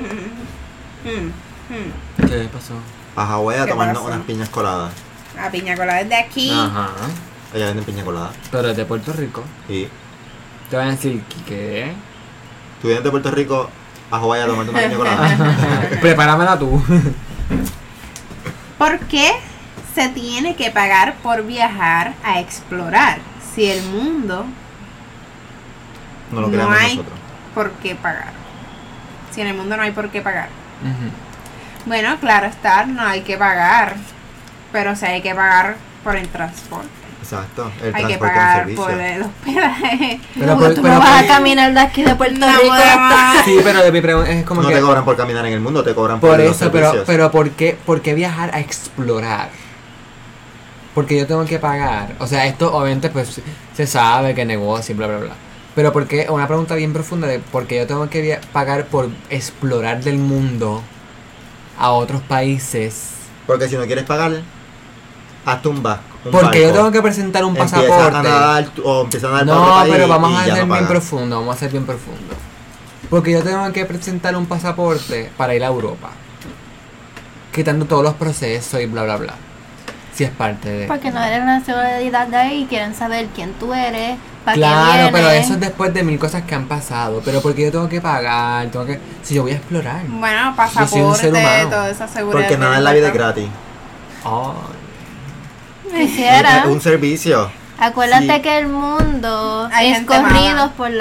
¿Qué pasó? A Hawái a ¿Qué tomarnos pasó? unas piñas coladas. La piña colada desde aquí. Ajá. Allá venden piña colada. Pero es de Puerto Rico. Y Te van a decir ¿qué? tú vienes de Puerto Rico a Hawái a tomarte una piña colada. Prepáramela tú. ¿Por qué se tiene que pagar por viajar a explorar? Si el mundo, No lo No creamos hay. nosotros. ¿por qué pagar? Si en el mundo no hay por qué pagar. Ujú. Bueno, claro está, no hay que pagar. Pero sí hay que pagar por el transporte. Exacto. El Hay que transporte es un pagar servicio. por el hospedaje. Pero Tú pero no vas por- a caminar de aquí de Puerto No Rico. podemos. Sí, pero de mi pregunta es como No que te cobran por caminar en el mundo, te cobran por, por los eso, servicios. pero ¿por qué viajar a explorar? Porque yo tengo que pagar. O sea, esto obviamente pues se sabe que negocio y bla bla bla. Pero porque una pregunta bien profunda de por qué yo tengo que pagar por explorar del mundo a otros países. Porque si no quieres pagar, hazte un barco. Porque yo tengo que presentar un Empiezas pasaporte. a nadar o empiezas a nadar para No, otro país pero vamos y a ya ser no bien pagas. profundo, vamos a ser bien profundo. Porque yo tengo que presentar un pasaporte para ir a Europa. quitando todos los procesos y bla bla bla. Si es parte de... Porque no eres una celebridad de ahí y quieren saber quién tú eres, para qué Claro, vienes. pero eso es después de 1000 cosas que han pasado. Pero porque yo tengo que pagar, si yo voy a explorar. Bueno, Yo soy un ser pasaporte, humano. toda esa seguridad. Porque nada en la vida es gratis. Ay. Quisiera. Es un servicio. Acuérdate Sí. que el mundo Hay es gente corrido mala. por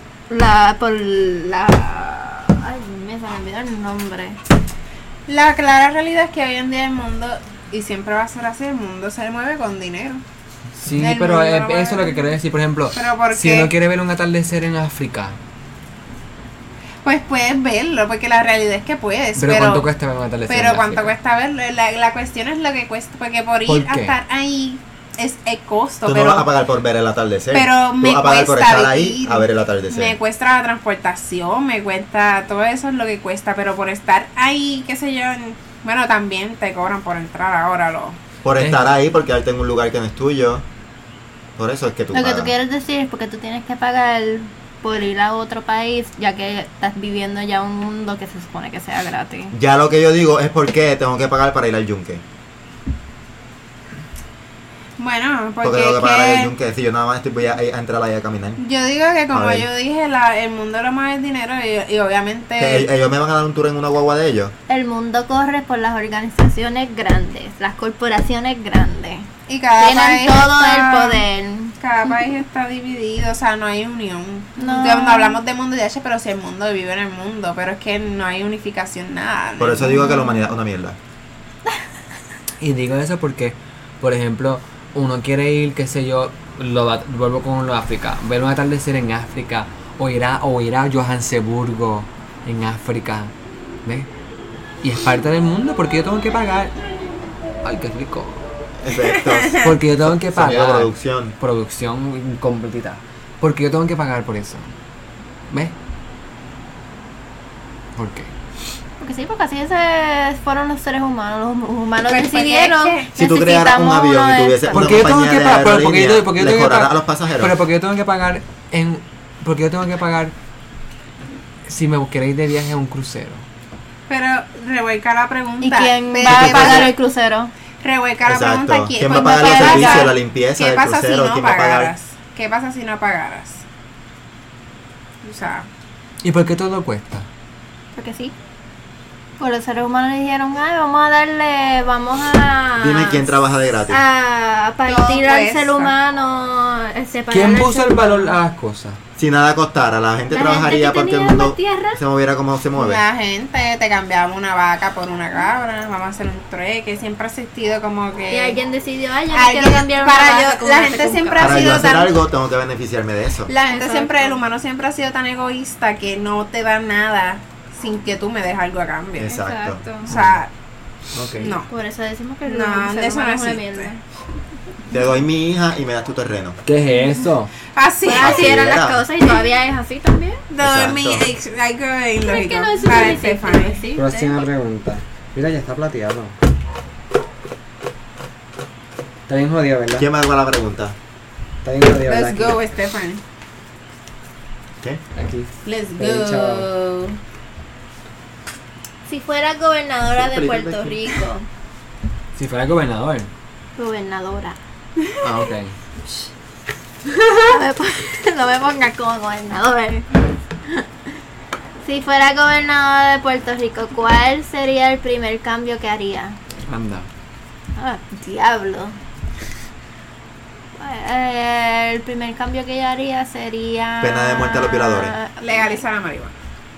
ay, se me olvidó el nombre. La clara realidad es que hoy en día el mundo, y siempre va a ser así, el mundo se mueve con dinero. Sí, El pero mundo no va eso es lo que quiero decir. Por ejemplo, Pero ¿por si qué? uno quiere ver un atardecer en África, Pues puedes verlo, porque la realidad es que puedes. pero ¿cuánto cuesta ver un atardecer Pero en cuánto África? cuesta verlo. La cuestión es lo que cuesta, porque por ir ¿Por a qué? estar ahí es el costo. Tú pero no vas a pagar por ver el atardecer. pero Tú me vas a pagar por cuesta estar ahí vivir. a ver el atardecer. me cuesta la transportación, me cuesta, todo eso es lo que cuesta, pero por estar ahí, qué sé yo, bueno, también te cobran por entrar ahora, Por estar ahí, porque darte en un lugar que no es tuyo. Por eso es que tú Lo que pagas. tú quieres decir es porque tú tienes que pagar por ir a otro país, ya que estás viviendo ya un mundo que se supone que sea gratis. Ya lo que yo digo es por qué tengo que pagar para ir al yunque. Bueno, Porque porque tengo que es pagar el que yunque. Si yo nada más voy a entrar ahí a caminar. yo digo que como A ver. yo dije, el mundo lo más es dinero y obviamente Que ellos me van a dar un tour en una guagua de ellos. El mundo corre por las organizaciones grandes, las corporaciones grandes. y cada Tienen país todo está- el poder. Cada país está dividido, o sea, no hay unión. No. Cuando hablamos de mundo y de pero si el mundo vive en el mundo, pero es que no hay unificación nada. Por eso digo que la humanidad es una mierda. Y digo eso porque, por ejemplo, uno quiere ir, qué sé yo, vuelvo con lo de África, ver un atardecer en África, o ir a Johannesburgo en África, ¿ves? Y es parte del mundo, porque yo tengo que pagar. Ay, qué rico. Efectos. Porque yo tengo que Sonido, pagar. producción. Producción completita. Porque yo tengo que pagar por eso. ¿Ves? ¿Por qué? Porque sí, porque así fueron los seres humanos. Los humanos Pues, porque decidieron. es Si tú crearas un necesitamos avión uno y de tuviese estos. una ¿Por qué yo tengo compañía que de pagar? Porque yo aerolínea, tengo ¿le que cobrarás pagar? a los pasajeros? Pero porque yo tengo que pagar porque yo tengo que pagar si me queréis de viaje a un crucero. Pero revuelca la pregunta. ¿Y quién Pero va a ¿qué pagar pasa? el crucero? Revuelca la Exacto. pregunta. ¿Quién va a pues, pagar los ¿qué servicios, pasa? la limpieza ¿Qué del pasa crucero? si no ¿Quién va a pagar? pagaras? ¿Qué pasa si no pagaras? O sea, ¿Y por qué todo cuesta? Porque sí. Pues los seres humanos dijeron, ay, vamos a... Dime quién trabaja de gratis. A partir Todo al cuesta. ser humano, separar ¿Quién al puso ser el valor humano. a las cosas? Si nada costara, la gente La trabajaría gente que porque el tenía mundo más tierra. se moviera como se mueve. la gente te cambiaba una vaca por una cabra, vamos a hacer un trueque, siempre ha existido como que... Y alguien decidió, ay, yo no Alguien- quiero cambiar una para vaca yo- con la una gente con un siempre caballo. ha Para yo sido hacer tan- algo, tengo que beneficiarme de eso. La gente Exacto. siempre, el humano siempre ha sido tan egoísta que no te da nada sin que tú me des algo a cambio. Exacto. O sea, Ok. no. Por eso decimos que el No, ser eso no humano es una existe. mierda. Te doy mi hija y me das tu terreno. ¿Qué es eso? Así, Pues así eran era. las cosas y todavía es así también. dormí, Exacto. algo Pero es ilógico. que no es Para un Stephanie. Próxima pregunta. Mira, ya está plateado. Está bien jodido, ¿verdad? ¿Quién me haga la pregunta? Está bien jodido, ¿verdad? Let's go, Stephanie. ¿Qué? Aquí. Let's Bien, go. Si fuera gobernadora de Siempre Puerto aquí. Rico. Si fuera gobernador. Gobernadora. Ah, ok. No me pongas como gobernador. Si fuera gobernadora de Puerto Rico, ¿cuál sería el primer cambio que haría? Anda. Ah, diablo. El primer cambio que yo haría sería... Pena de muerte a los violadores. Legalizar la marihuana.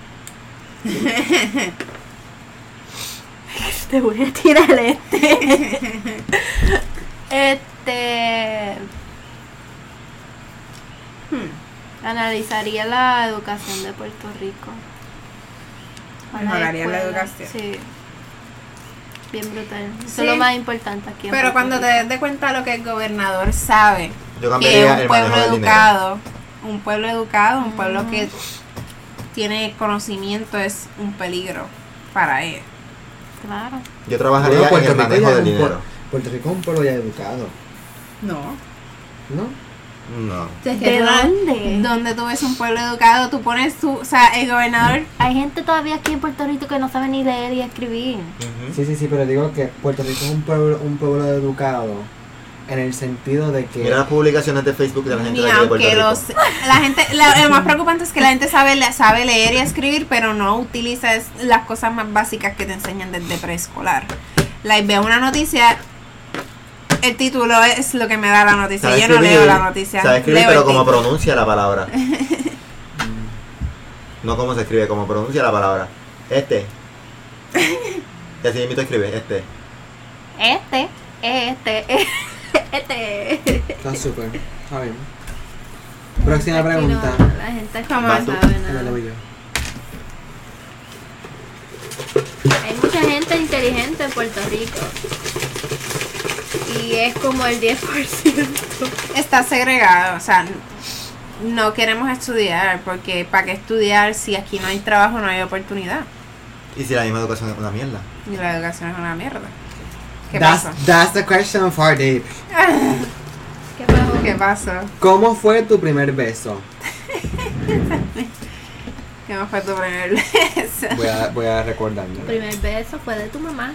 Te voy a tirar Analizaría la educación de Puerto Rico. A Mejoraría la escuelas, educación. Sí. Bien brutal. Eso Sí. es lo más importante aquí en Pero Puerto cuando te Rico. des de cuenta lo que el gobernador sabe, Yo que cambiaría un el pueblo manejo del dinero. educado, un pueblo que tiene conocimiento es un peligro para él. Claro. Yo trabajaría en el manejo del dinero. Puerto Rico es un pueblo ya educado, No. ¿no? No. Es que ¿De tú no- dónde? Donde tú ves un pueblo educado, tú pones tu, o sea, el gobernador. Hay gente todavía aquí en Puerto Rico que no sabe ni leer y escribir. Ujú. Sí, pero digo que Puerto Rico es un pueblo educado en el sentido de que... Mira las publicaciones de Facebook de la gente Ni de aquí de Puerto aunque Rico. la gente, lo más preocupante es que la gente sabe leer y escribir, pero no utiliza las cosas más básicas que te enseñan desde preescolar. Like, veo una noticia, el título es lo que me da la noticia. Sabe Yo no escribir, leo la noticia. sabe escribir, leo pero el como título. pronuncia la palabra. No como se escribe, como pronuncia la palabra. Y así mismo escribe, Este. Está súper, está bien. Próxima Aquí no, pregunta. la gente aquí ¿Cómo no vas tú? sabe Ahí me nada. la voy yo. Hay mucha gente inteligente en Puerto Rico. Y es como el 10%. Está segregado, o sea, no queremos estudiar, porque ¿para qué estudiar si aquí no hay trabajo, no hay oportunidad? Y si la misma educación es una mierda. Y la educación es una mierda. ¿Qué That's, pasó? that's the question for Dave. ¿Qué pasó? ¿Qué pasó? ¿Cómo fue tu primer beso? ¿Qué me fue tu primer beso? Voy a recordarlo. Tu primer beso fue de tu mamá.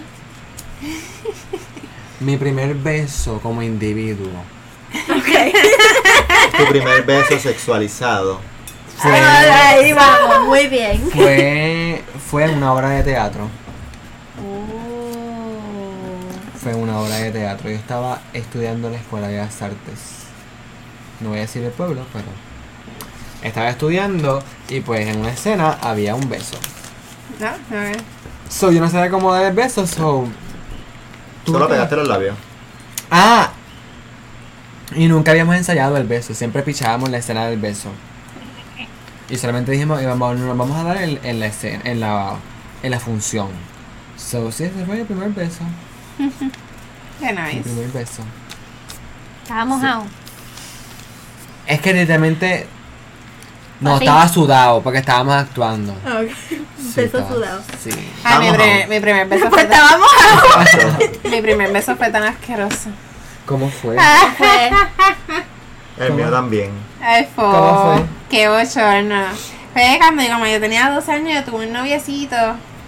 Mi primer beso como individuo Tu primer beso sexualizado. Ahí vamos, muy bien. fue una obra de teatro. Oh. Fue una obra de teatro. Yo estaba estudiando en la Escuela de las Artes. No voy a decir el pueblo, pero estaba estudiando y pues en una escena había un beso. ¿No? Ok. So, yo no sabía cómo dar el beso, so... Solo pegaste los labios. ¡Ah! Y nunca habíamos ensayado el beso. Siempre pichábamos la escena del beso. Y solamente dijimos, nos vamos a dar en la escena, en la función. So, sí, ese fue el primer beso. Qué Mi nice. primer beso. Estaba mojado. Es que literalmente... No, Así. estaba sudado porque estábamos actuando. Sí, Beso estaba- sudado. Sí. Ah, mi, Vamos. mi primer beso Pues fue estaba mojado. mi primer beso fue tan asqueroso. ¿Cómo fue? Fue. El mío también. Ay, ¿Cómo fue? Qué bochorno. Fue cuando como yo tenía 12 años, yo tuve un noviecito.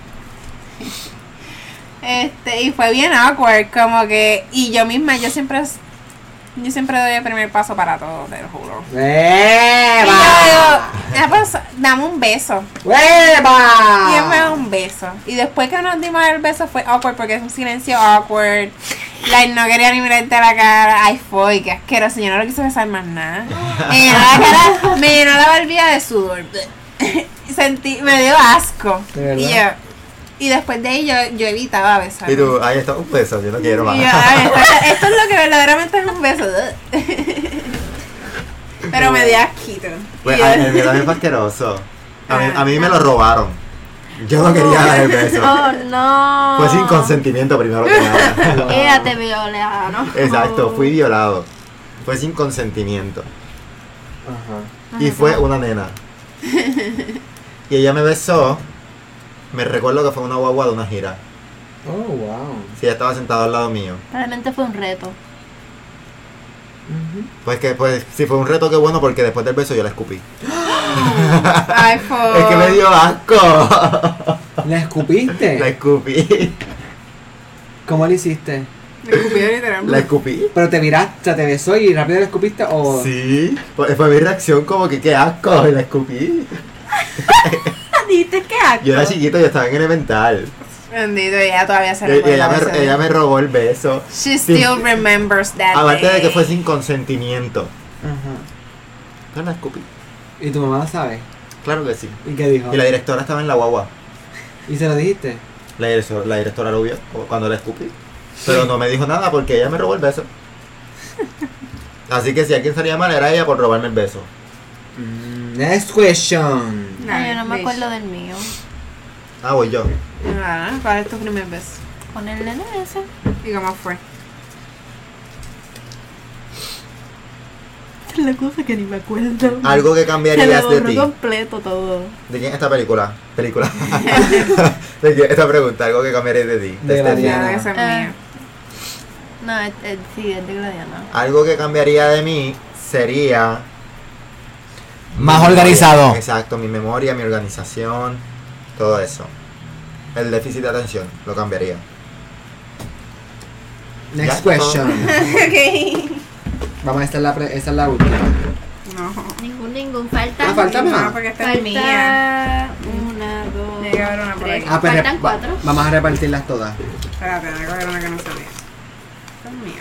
Y fue bien awkward, como que, y yo misma, yo siempre doy el primer paso para todo, te lo juro. Y yo digo, pues, dame un beso. Y él me da un beso. Y después que nos dimos el beso fue awkward porque es un silencio awkward. Like, no quería ni mirarte a la cara. Ay, fue, qué asqueroso. Yo no lo quise besar más nada. Me llenó la cara, me llenó la barbilla de sudor. Me dio asco. ¿De verdad? Y yo, y después de ahí yo evitaba besar. Y tú, ahí está un beso, yo no quiero más. Y yo, ay, esto es lo que verdaderamente es un beso. Pero me dio asquito. Pues Y yo- el mío también fue asqueroso. A mí me lo robaron. Yo no quería dar el beso. Oh, no. Fue sin consentimiento primero que nada. Ella te violaron. Exacto, fui violado. Fue sin consentimiento. Ajá. Y fue una nena. Y ella me besó. Me recuerdo que fue una guagua de una gira. Oh, wow. Sí, ella estaba sentada al lado mío. Realmente fue un reto. Pues si fue un reto, qué bueno, porque después del beso yo la escupí. Ay, fue. Es que me dio asco. ¿La escupiste? La escupí. ¿Cómo lo hiciste? Me escupió literalmente. La escupí. ¿Pero te miraste, o sea, te besó y rápido la escupiste o...? Sí. Fue mi reacción como que qué asco. Y la escupí. Dijiste que asco. Yo era chiquito, yo estaba en elemental. Bendito, ella todavía se Y recuerda. de ese ella día. me robó el beso. She still remembers that Aparte de day. que fue sin consentimiento. Ajá. Yo la escupí. ¿Y tu mamá sabe? Claro que sí. ¿Y qué dijo? Y la directora estaba en la guagua. ¿Y se lo dijiste? La directora lo vio cuando la escupí. Pero no me dijo nada porque ella me robó el beso. Así que si alguien salía mal era ella por robarme el beso. Next question. Ay, yo no me Bitch. acuerdo del mío. Ah, voy yo. Ah, ¿cuál es tu primer beso? Con el nene ese. ¿Y cómo fue? La cosa que ni me acuerdo. Algo que Se me cambiarías de borró ti. completo todo. ¿De quién es esta película? Película. ¿De quién es esta pregunta? Algo que cambiarías de ti. De este Gladiana. día. Ya, ese es Ah. mío. No, sí, es de Gladiana. Algo que cambiaría de mí sería... Más mi organizado. memoria. Exacto, mi memoria, mi organización, todo eso. El déficit de atención, lo cambiaría. Next Ya, question. Ok. Vamos, esta es la última. No. Ningún. Falta. Falta más. No, porque esta es mía. Una, dos. Tiene que haber una por tres. aquí. Pues Faltan 4. vamos a repartirlas todas. Espérate, voy a coger una que no sabía. Esta es mía.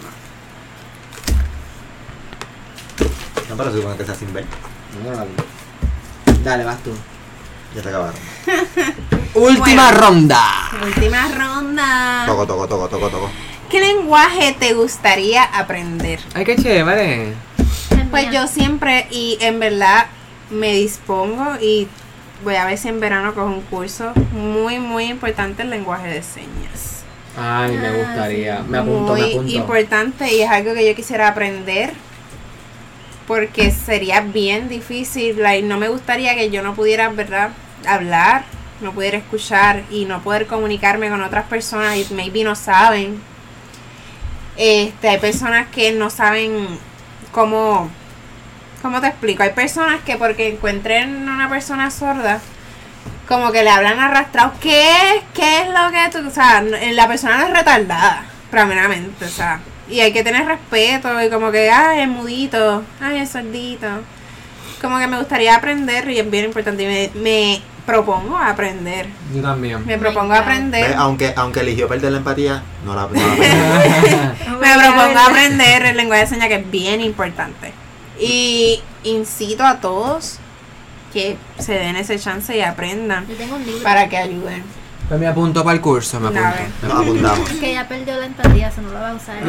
No, pero supongo que sea sin ver. No, dale. Dale, vas tú. Ya se acabaron. Última Bueno. ronda. Última ronda. Toco. ¿Qué lenguaje te gustaría aprender? Ay, qué chévere. Pues yo siempre, y en verdad me dispongo y voy a ver si en verano cojo un curso muy, muy importante, el lenguaje de señas. Ay, me gustaría. Me apunto, Muy me apunto. importante y es algo que yo quisiera aprender porque sería bien difícil. No me gustaría que yo no pudiera, ¿verdad?, hablar, no pudiera escuchar y no poder comunicarme con otras personas y maybe no saben. Hay personas que no saben cómo te explico. Hay personas que porque encuentren una persona sorda, como que le hablan arrastrado. ¿Qué es lo que tú? O sea, la persona no es retardada, primeramente, o sea. Y hay que tener respeto y como que, ay, es mudito, ay, es sordito. Como que me gustaría aprender y es bien importante. Me propongo aprender. Yo también. Me Oh propongo my God. aprender. Aunque eligió perder la empatía, no la perdió. Me propongo aprender el lenguaje de señas, que es bien importante. Y incito a todos que se den ese chance y aprendan Yo tengo un libro. para que ayuden. Pues me apunto para el curso, me A apunto. ver. Nos apuntamos. Que ya perdió la empatía, eso no lo va a usar.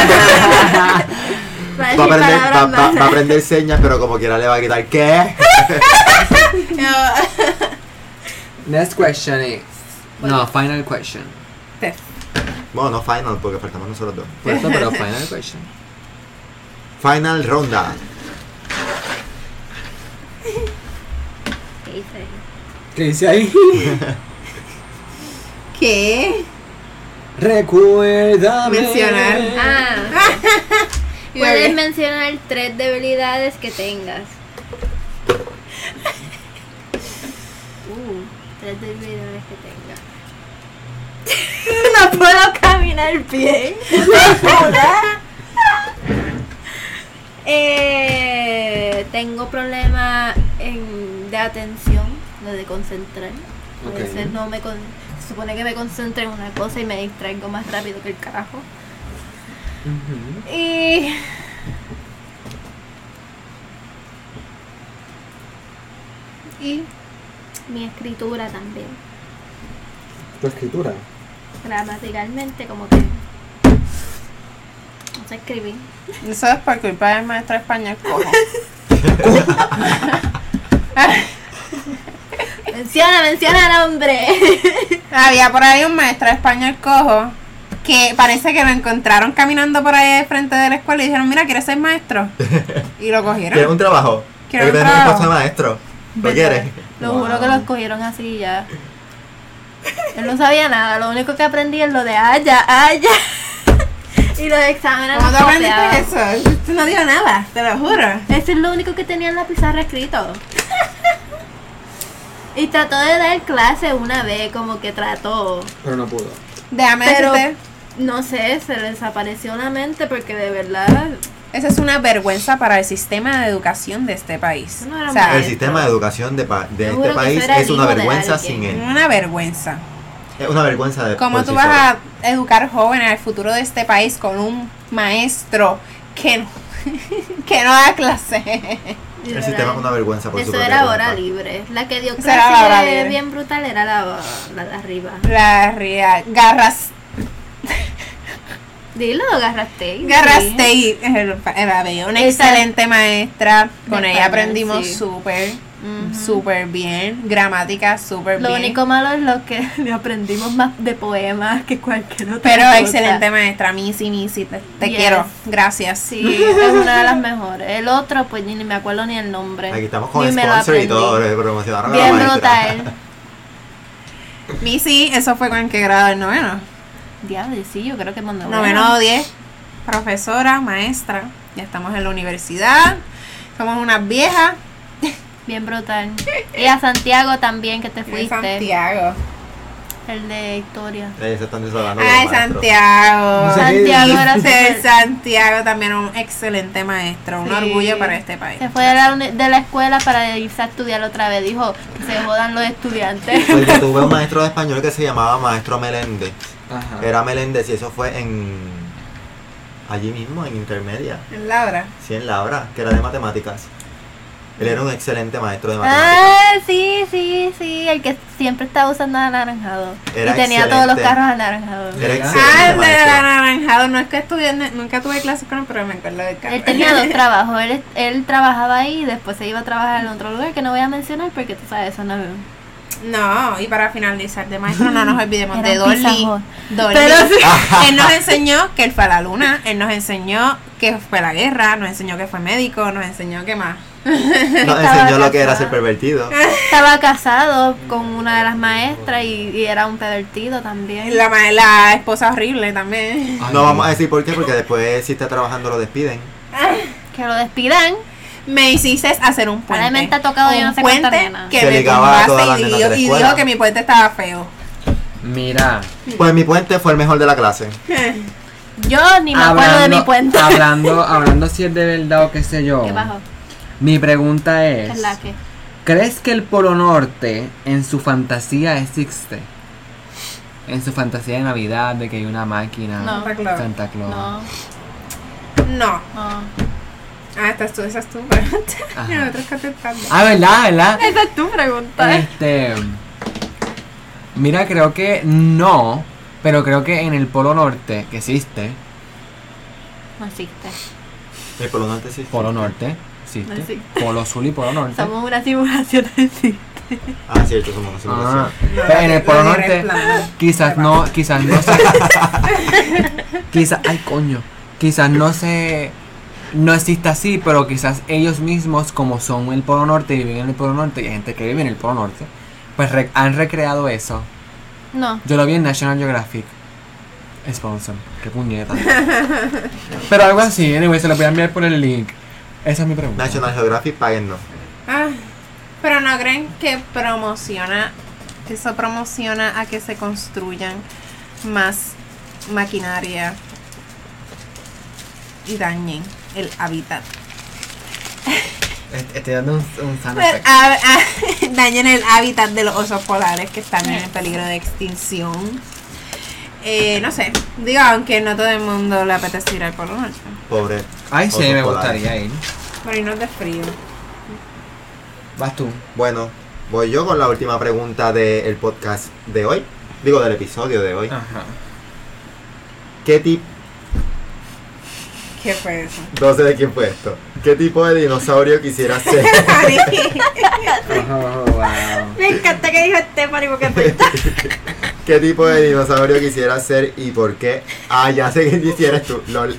Va a Va a decir aprender, palabras va a malas. aprender señas, pero como quiera le va a quitar ¿qué? Next question is... No, final question. Bueno, no final, porque faltamos nosotros dos. Por eso, pero final question. Final ronda. ¿Qué hice? ¿Qué dice ahí? ¿Qué? Recuérdame. Mencionar. Ah, Y puedes bebé. mencionar 3 debilidades que tengas. 3 debilidades que tengas. No puedo caminar bien. Tengo problemas de atención, de concentrar. A Ok. veces no me se supone que me concentro en una cosa y me distraigo más rápido que el carajo. Ujú. Y mi escritura también. Tu escritura. Gramaticalmente como que no sé escribir. Eso es por culpa del maestro español cojo. Menciona nombre. Había por ahí un maestro de español cojo que parece que lo encontraron caminando por ahí de frente de la escuela y dijeron, mira, ¿quieres ser maestro? Y lo ¿Quieres cogieron. un trabajo? Quiero Hay que un tener un trabajo. puesto de maestro. ¿Lo ¿Verdad? quieres? Lo Wow. juro que los cogieron así ya. Él no sabía nada, lo único que aprendí es lo de haya. Y los exámenes ¿Cómo los tú aprendiste copiaba. eso? Tú no dio nada, te lo juro. Eso es lo único que tenía en la pizarra escrito. Y trató de dar clase una vez, como que trató. Pero no pudo. Déjame Pero decirte, no sé, se le desapareció la mente porque de verdad. esa es una vergüenza para el sistema de educación de este país. Eso no era O sea, El sistema de educación de Seguro este que país eso era es el una hijo de vergüenza alguien. sin él. una vergüenza. Es una vergüenza de ¿Cómo por tú sí vas solo. a educar jóvenes al futuro de este país con un maestro que no, que no da clase? El sistema es una vergüenza por su Eso propia era culpa. hora libre. La que dio Eso era la hora clase libre. bien brutal era la de arriba. La ría, Garras, Dilo, agarraste. Garrastey era bella, una Esa- excelente maestra. Con de ella español, aprendimos sí. súper, súper bien. Gramática súper Lo bien. único malo es lo que le aprendimos más de poemas que cualquier otra Pero cosa. excelente maestra, Missy, te Yes. quiero. Gracias. Sí, es una de las mejores. El otro, pues ni me acuerdo ni el nombre. Aquí estamos con Ni me lo sponsor y aprendí. todo, promocionaron a la Bien maestra. brutal. Missy, eso fue con en qué grado, el noveno. Diablo, sí, yo creo que mandó. Noveno o 10. Profesora, maestra. Ya estamos en la universidad. Somos unas viejas. Bien brutal. Y a Santiago también, que te De fuiste. Santiago. El de historia. Se están desahogando Ay, los maestros. Santiago. No sé qué Santiago dices. era Sí, súper- Santiago también un excelente maestro. Un Sí. orgullo para este país. Se fue de la escuela para irse a estudiar otra vez. Dijo que se jodan los estudiantes. Pues yo tuve un maestro de español que se llamaba Maestro Meléndez. Ajá. Era Meléndez y eso fue allí mismo, en intermedia. En Laura. Sí, en Laura, que era de matemáticas. Él era un excelente maestro de matemáticas. Ah, sí, el que siempre estaba usando anaranjado. Era y tenía todos los excelente. carros anaranjados. Era Ah, excelente Ah, el de maestro. anaranjado. No es que estudié, nunca tuve clases con él, pero me acuerdo del carro. Él tenía 2 trabajos. Él trabajaba ahí y después se iba a trabajar en otro lugar que no voy a mencionar porque tú sabes, eso no. No, y para finalizar de maestro no nos olvidemos Era de un Dolly. pisajón. Dolly. Pero sí. Él nos enseñó que él fue a la luna, él nos enseñó que fue a la guerra, nos enseñó que fue médico, nos enseñó que más. Nos Estaba enseñó lo que era casada. ser pervertido. Estaba casado con una de las maestras y era un pervertido también. La esposa horrible también. Ay, No vamos a decir por qué, porque después si está trabajando lo despiden. Que lo despidan. Me hiciste hacer un puente. Probablemente ha tocado yo no sé cuántas puente nenas. que Se me ligaba a todas tumbaste las nenas de la y escuela. dijo que mi puente estaba feo. Mira, Pues mi puente fue el mejor de la clase. Yo ni me acuerdo de mi puente. hablando si es de verdad o qué sé yo. ¿Qué pasó? Mi pregunta ¿Qué es, es la que? ¿crees que el Polo Norte en su fantasía existe? En su fantasía de Navidad, de que hay una máquina, No. Santa Claus. No, No. no. Ah, esa es tu pregunta. Ajá. Y nosotros contestando. Ah, ¿verdad? Esa es tu pregunta. Mira, creo que no, pero creo que en el Polo Norte, que existe, No existe. El Polo Norte sí. Polo Norte, existe, No existe. Polo Sur y Polo Norte. Somos una simulación de sí. Ah, cierto, somos una Ah, simulación. pero en el Polo la Tierra Norte es plana. quizás no quizás, ay coño, quizás no exista así, pero quizás ellos mismos, como son el Polo Norte y viven en el Polo Norte, y hay gente que vive en el Polo Norte, pues han recreado eso. No. Yo lo vi en National Geographic. Sponsor, qué puñeta. Pero algo así, anyway, se lo voy a enviar por el link. Esa es mi pregunta. National Geographic, páguennos. Ah, pero no creen que eso promociona a que se construyan más maquinaria y dañen el hábitat. Estoy dando un sound Pues, effect. dañen el hábitat de los osos polares que están en peligro de extinción. No sé, digo, aunque no todo el mundo le apetece ir al Polo Norte. Pobre. Ay, sí, osos me polares. gustaría ir. Morirnos de frío. Vas tú. Bueno, voy yo con la última pregunta del podcast de hoy. Digo, del episodio de hoy. Ajá. ¿Qué tipo... ¿Qué fue eso? No sé de quién fue esto. ¿Qué tipo de dinosaurio quisiera ser? Oh, wow. Me encanta que dijo Stephanie porque ¿Qué tipo de dinosaurio quisiera ser y por qué? Ah, ya sé que quisieras tú. LOL.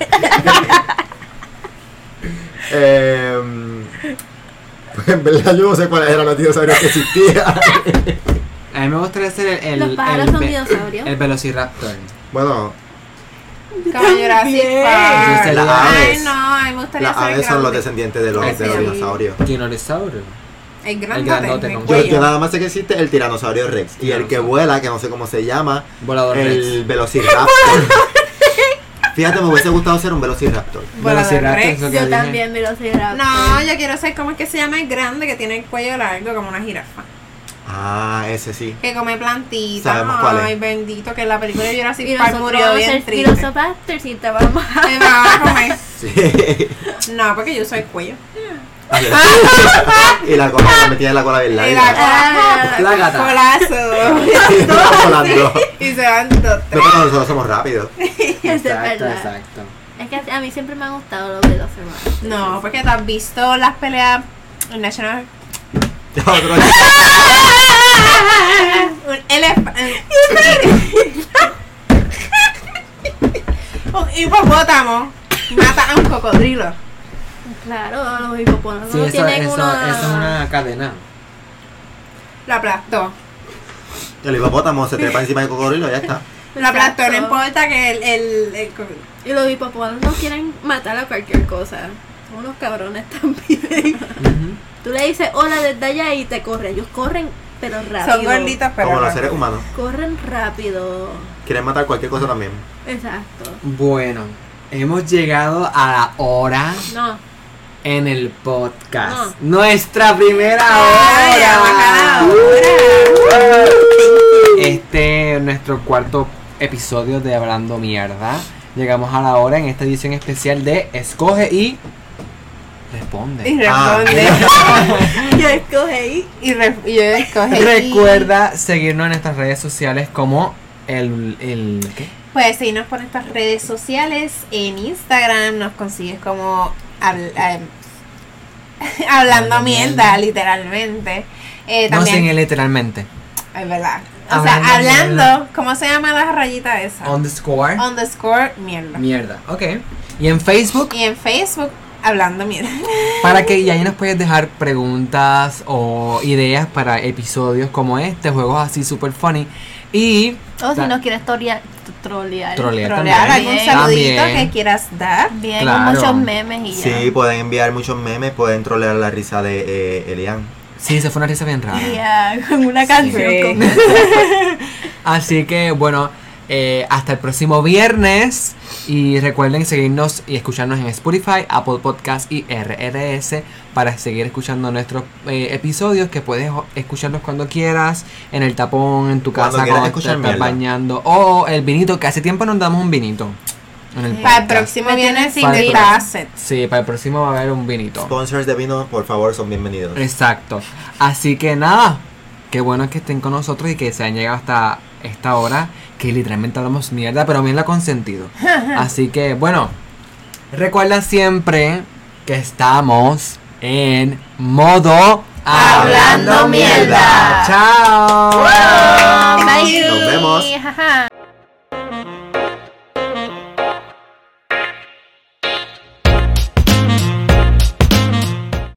Pues en verdad yo no sé cuáles eran los dinosaurios que existían. A mí me gustaría ser Los pájaros son dinosaurios. el Velociraptor. Bueno, Como Jurassic Park. Yo sería- Las Ay, aves. no, a mí me gustaría las ser aves son los grande. descendientes de los Ay, sí. dinosaurios. Dinosaurio. El grandote grandote, el con Yo cuello. nada más sé que existe el tiranosaurio Rex y el que Tiranosaurio. vuela, que no sé cómo se llama, Volador el Rex. Velociraptor. Fíjate, me hubiese gustado ser un Velociraptor. Volador Velociraptor, Rex. eso que Yo dije. también me lo sé. No, yo quiero ser como es que se llama el grande que tiene el cuello largo como una jirafa. Ah, ese sí. Que come plantitas. Sabemos cuál es. Ay, bendito, que en la película de Y Jurassic Park nosotros murió vamos a bien ser triste. Velociraptor si te vamos a... Me va a comer. Sí. No, porque yo soy cuello. Y la cola la metía en la cola bien Y larga. La gata. Colazo. Y va volando. Y se van dos, No, tres. pero nosotros somos rápidos. Es verdad. Exacto. Es que a mí siempre me han gustado los Velociraptors. No, porque tú has visto las peleas en National. Otro- Un elefante. Un hipopótamo mata a un cocodrilo. Claro, los hipopótamos Sí, eso tienen es una cadena. Lo aplastó. El hipopótamo se trepa encima del cocodrilo y ya está. La aplastó, no Exacto. importa que el Y los hipopótamos quieren matar a cualquier cosa. Son unos cabrones también. Ujú. Tú le dices hola desde allá y te corren. Ellos corren, pero rápido. son gorditos, pero Como los no. seres humanos. Corren rápido. Quieren matar cualquier cosa también. Exacto. Bueno, hemos llegado a la hora No. en el podcast. Nuestra primera Ay, ya va a hora. ganar. Este es nuestro cuarto episodio de Hablando Mierda. Llegamos a la hora en esta edición especial de Escoge y Responde. Y Ah. responde. Yo escogí. Y yo escogí. Recuerda seguirnos en nuestras redes sociales como el ¿qué? Puedes seguirnos por nuestras redes sociales. En Instagram nos consigues como hablando mierda, literalmente. No También, sin es literalmente. verdad. O sea, Hablando hablando, ¿cómo se llama la rayita esa? Underscore. Underscore mierda. Mierda. Ok. Y en Facebook, Y en Facebook, hablando mierda. para que y ahí nos puedes dejar preguntas o ideas para episodios como este, juegos así super funny. Y O si ta- nos quieres trolear. trolear Trolear también. algún saludito También. que quieras dar. Bien, Claro. con muchos memes y ya. Sí, pueden enviar muchos memes, pueden trolear la risa de Elian. Sí, se fue una risa bien rara. Ya, con una canción. Sí. Con... Así que bueno, hasta el próximo viernes. Y recuerden seguirnos y escucharnos en Spotify, Apple Podcast y RRS para seguir escuchando nuestros episodios, que puedes escucharlos cuando quieras, en el tapón, en tu Cuando casa, quieras cuando te escuchar estás mierda. bañando. O el vinito, que hace tiempo nos damos un vinito. En el Para el podcast. próximo Me viene tienen sin sin vino. Bassett. Sí, para el próximo va a haber un vinito. Sponsors de vino, por favor, son bienvenidos. Exacto. Así que nada, qué bueno que estén con nosotros y que se han llegado hasta esta hora, que literalmente hablamos mierda, pero mierda con sentido. Así que bueno, recuerda siempre que estamos en modo Hablando mierda. Chao. Bye. Nos vemos. Jaja.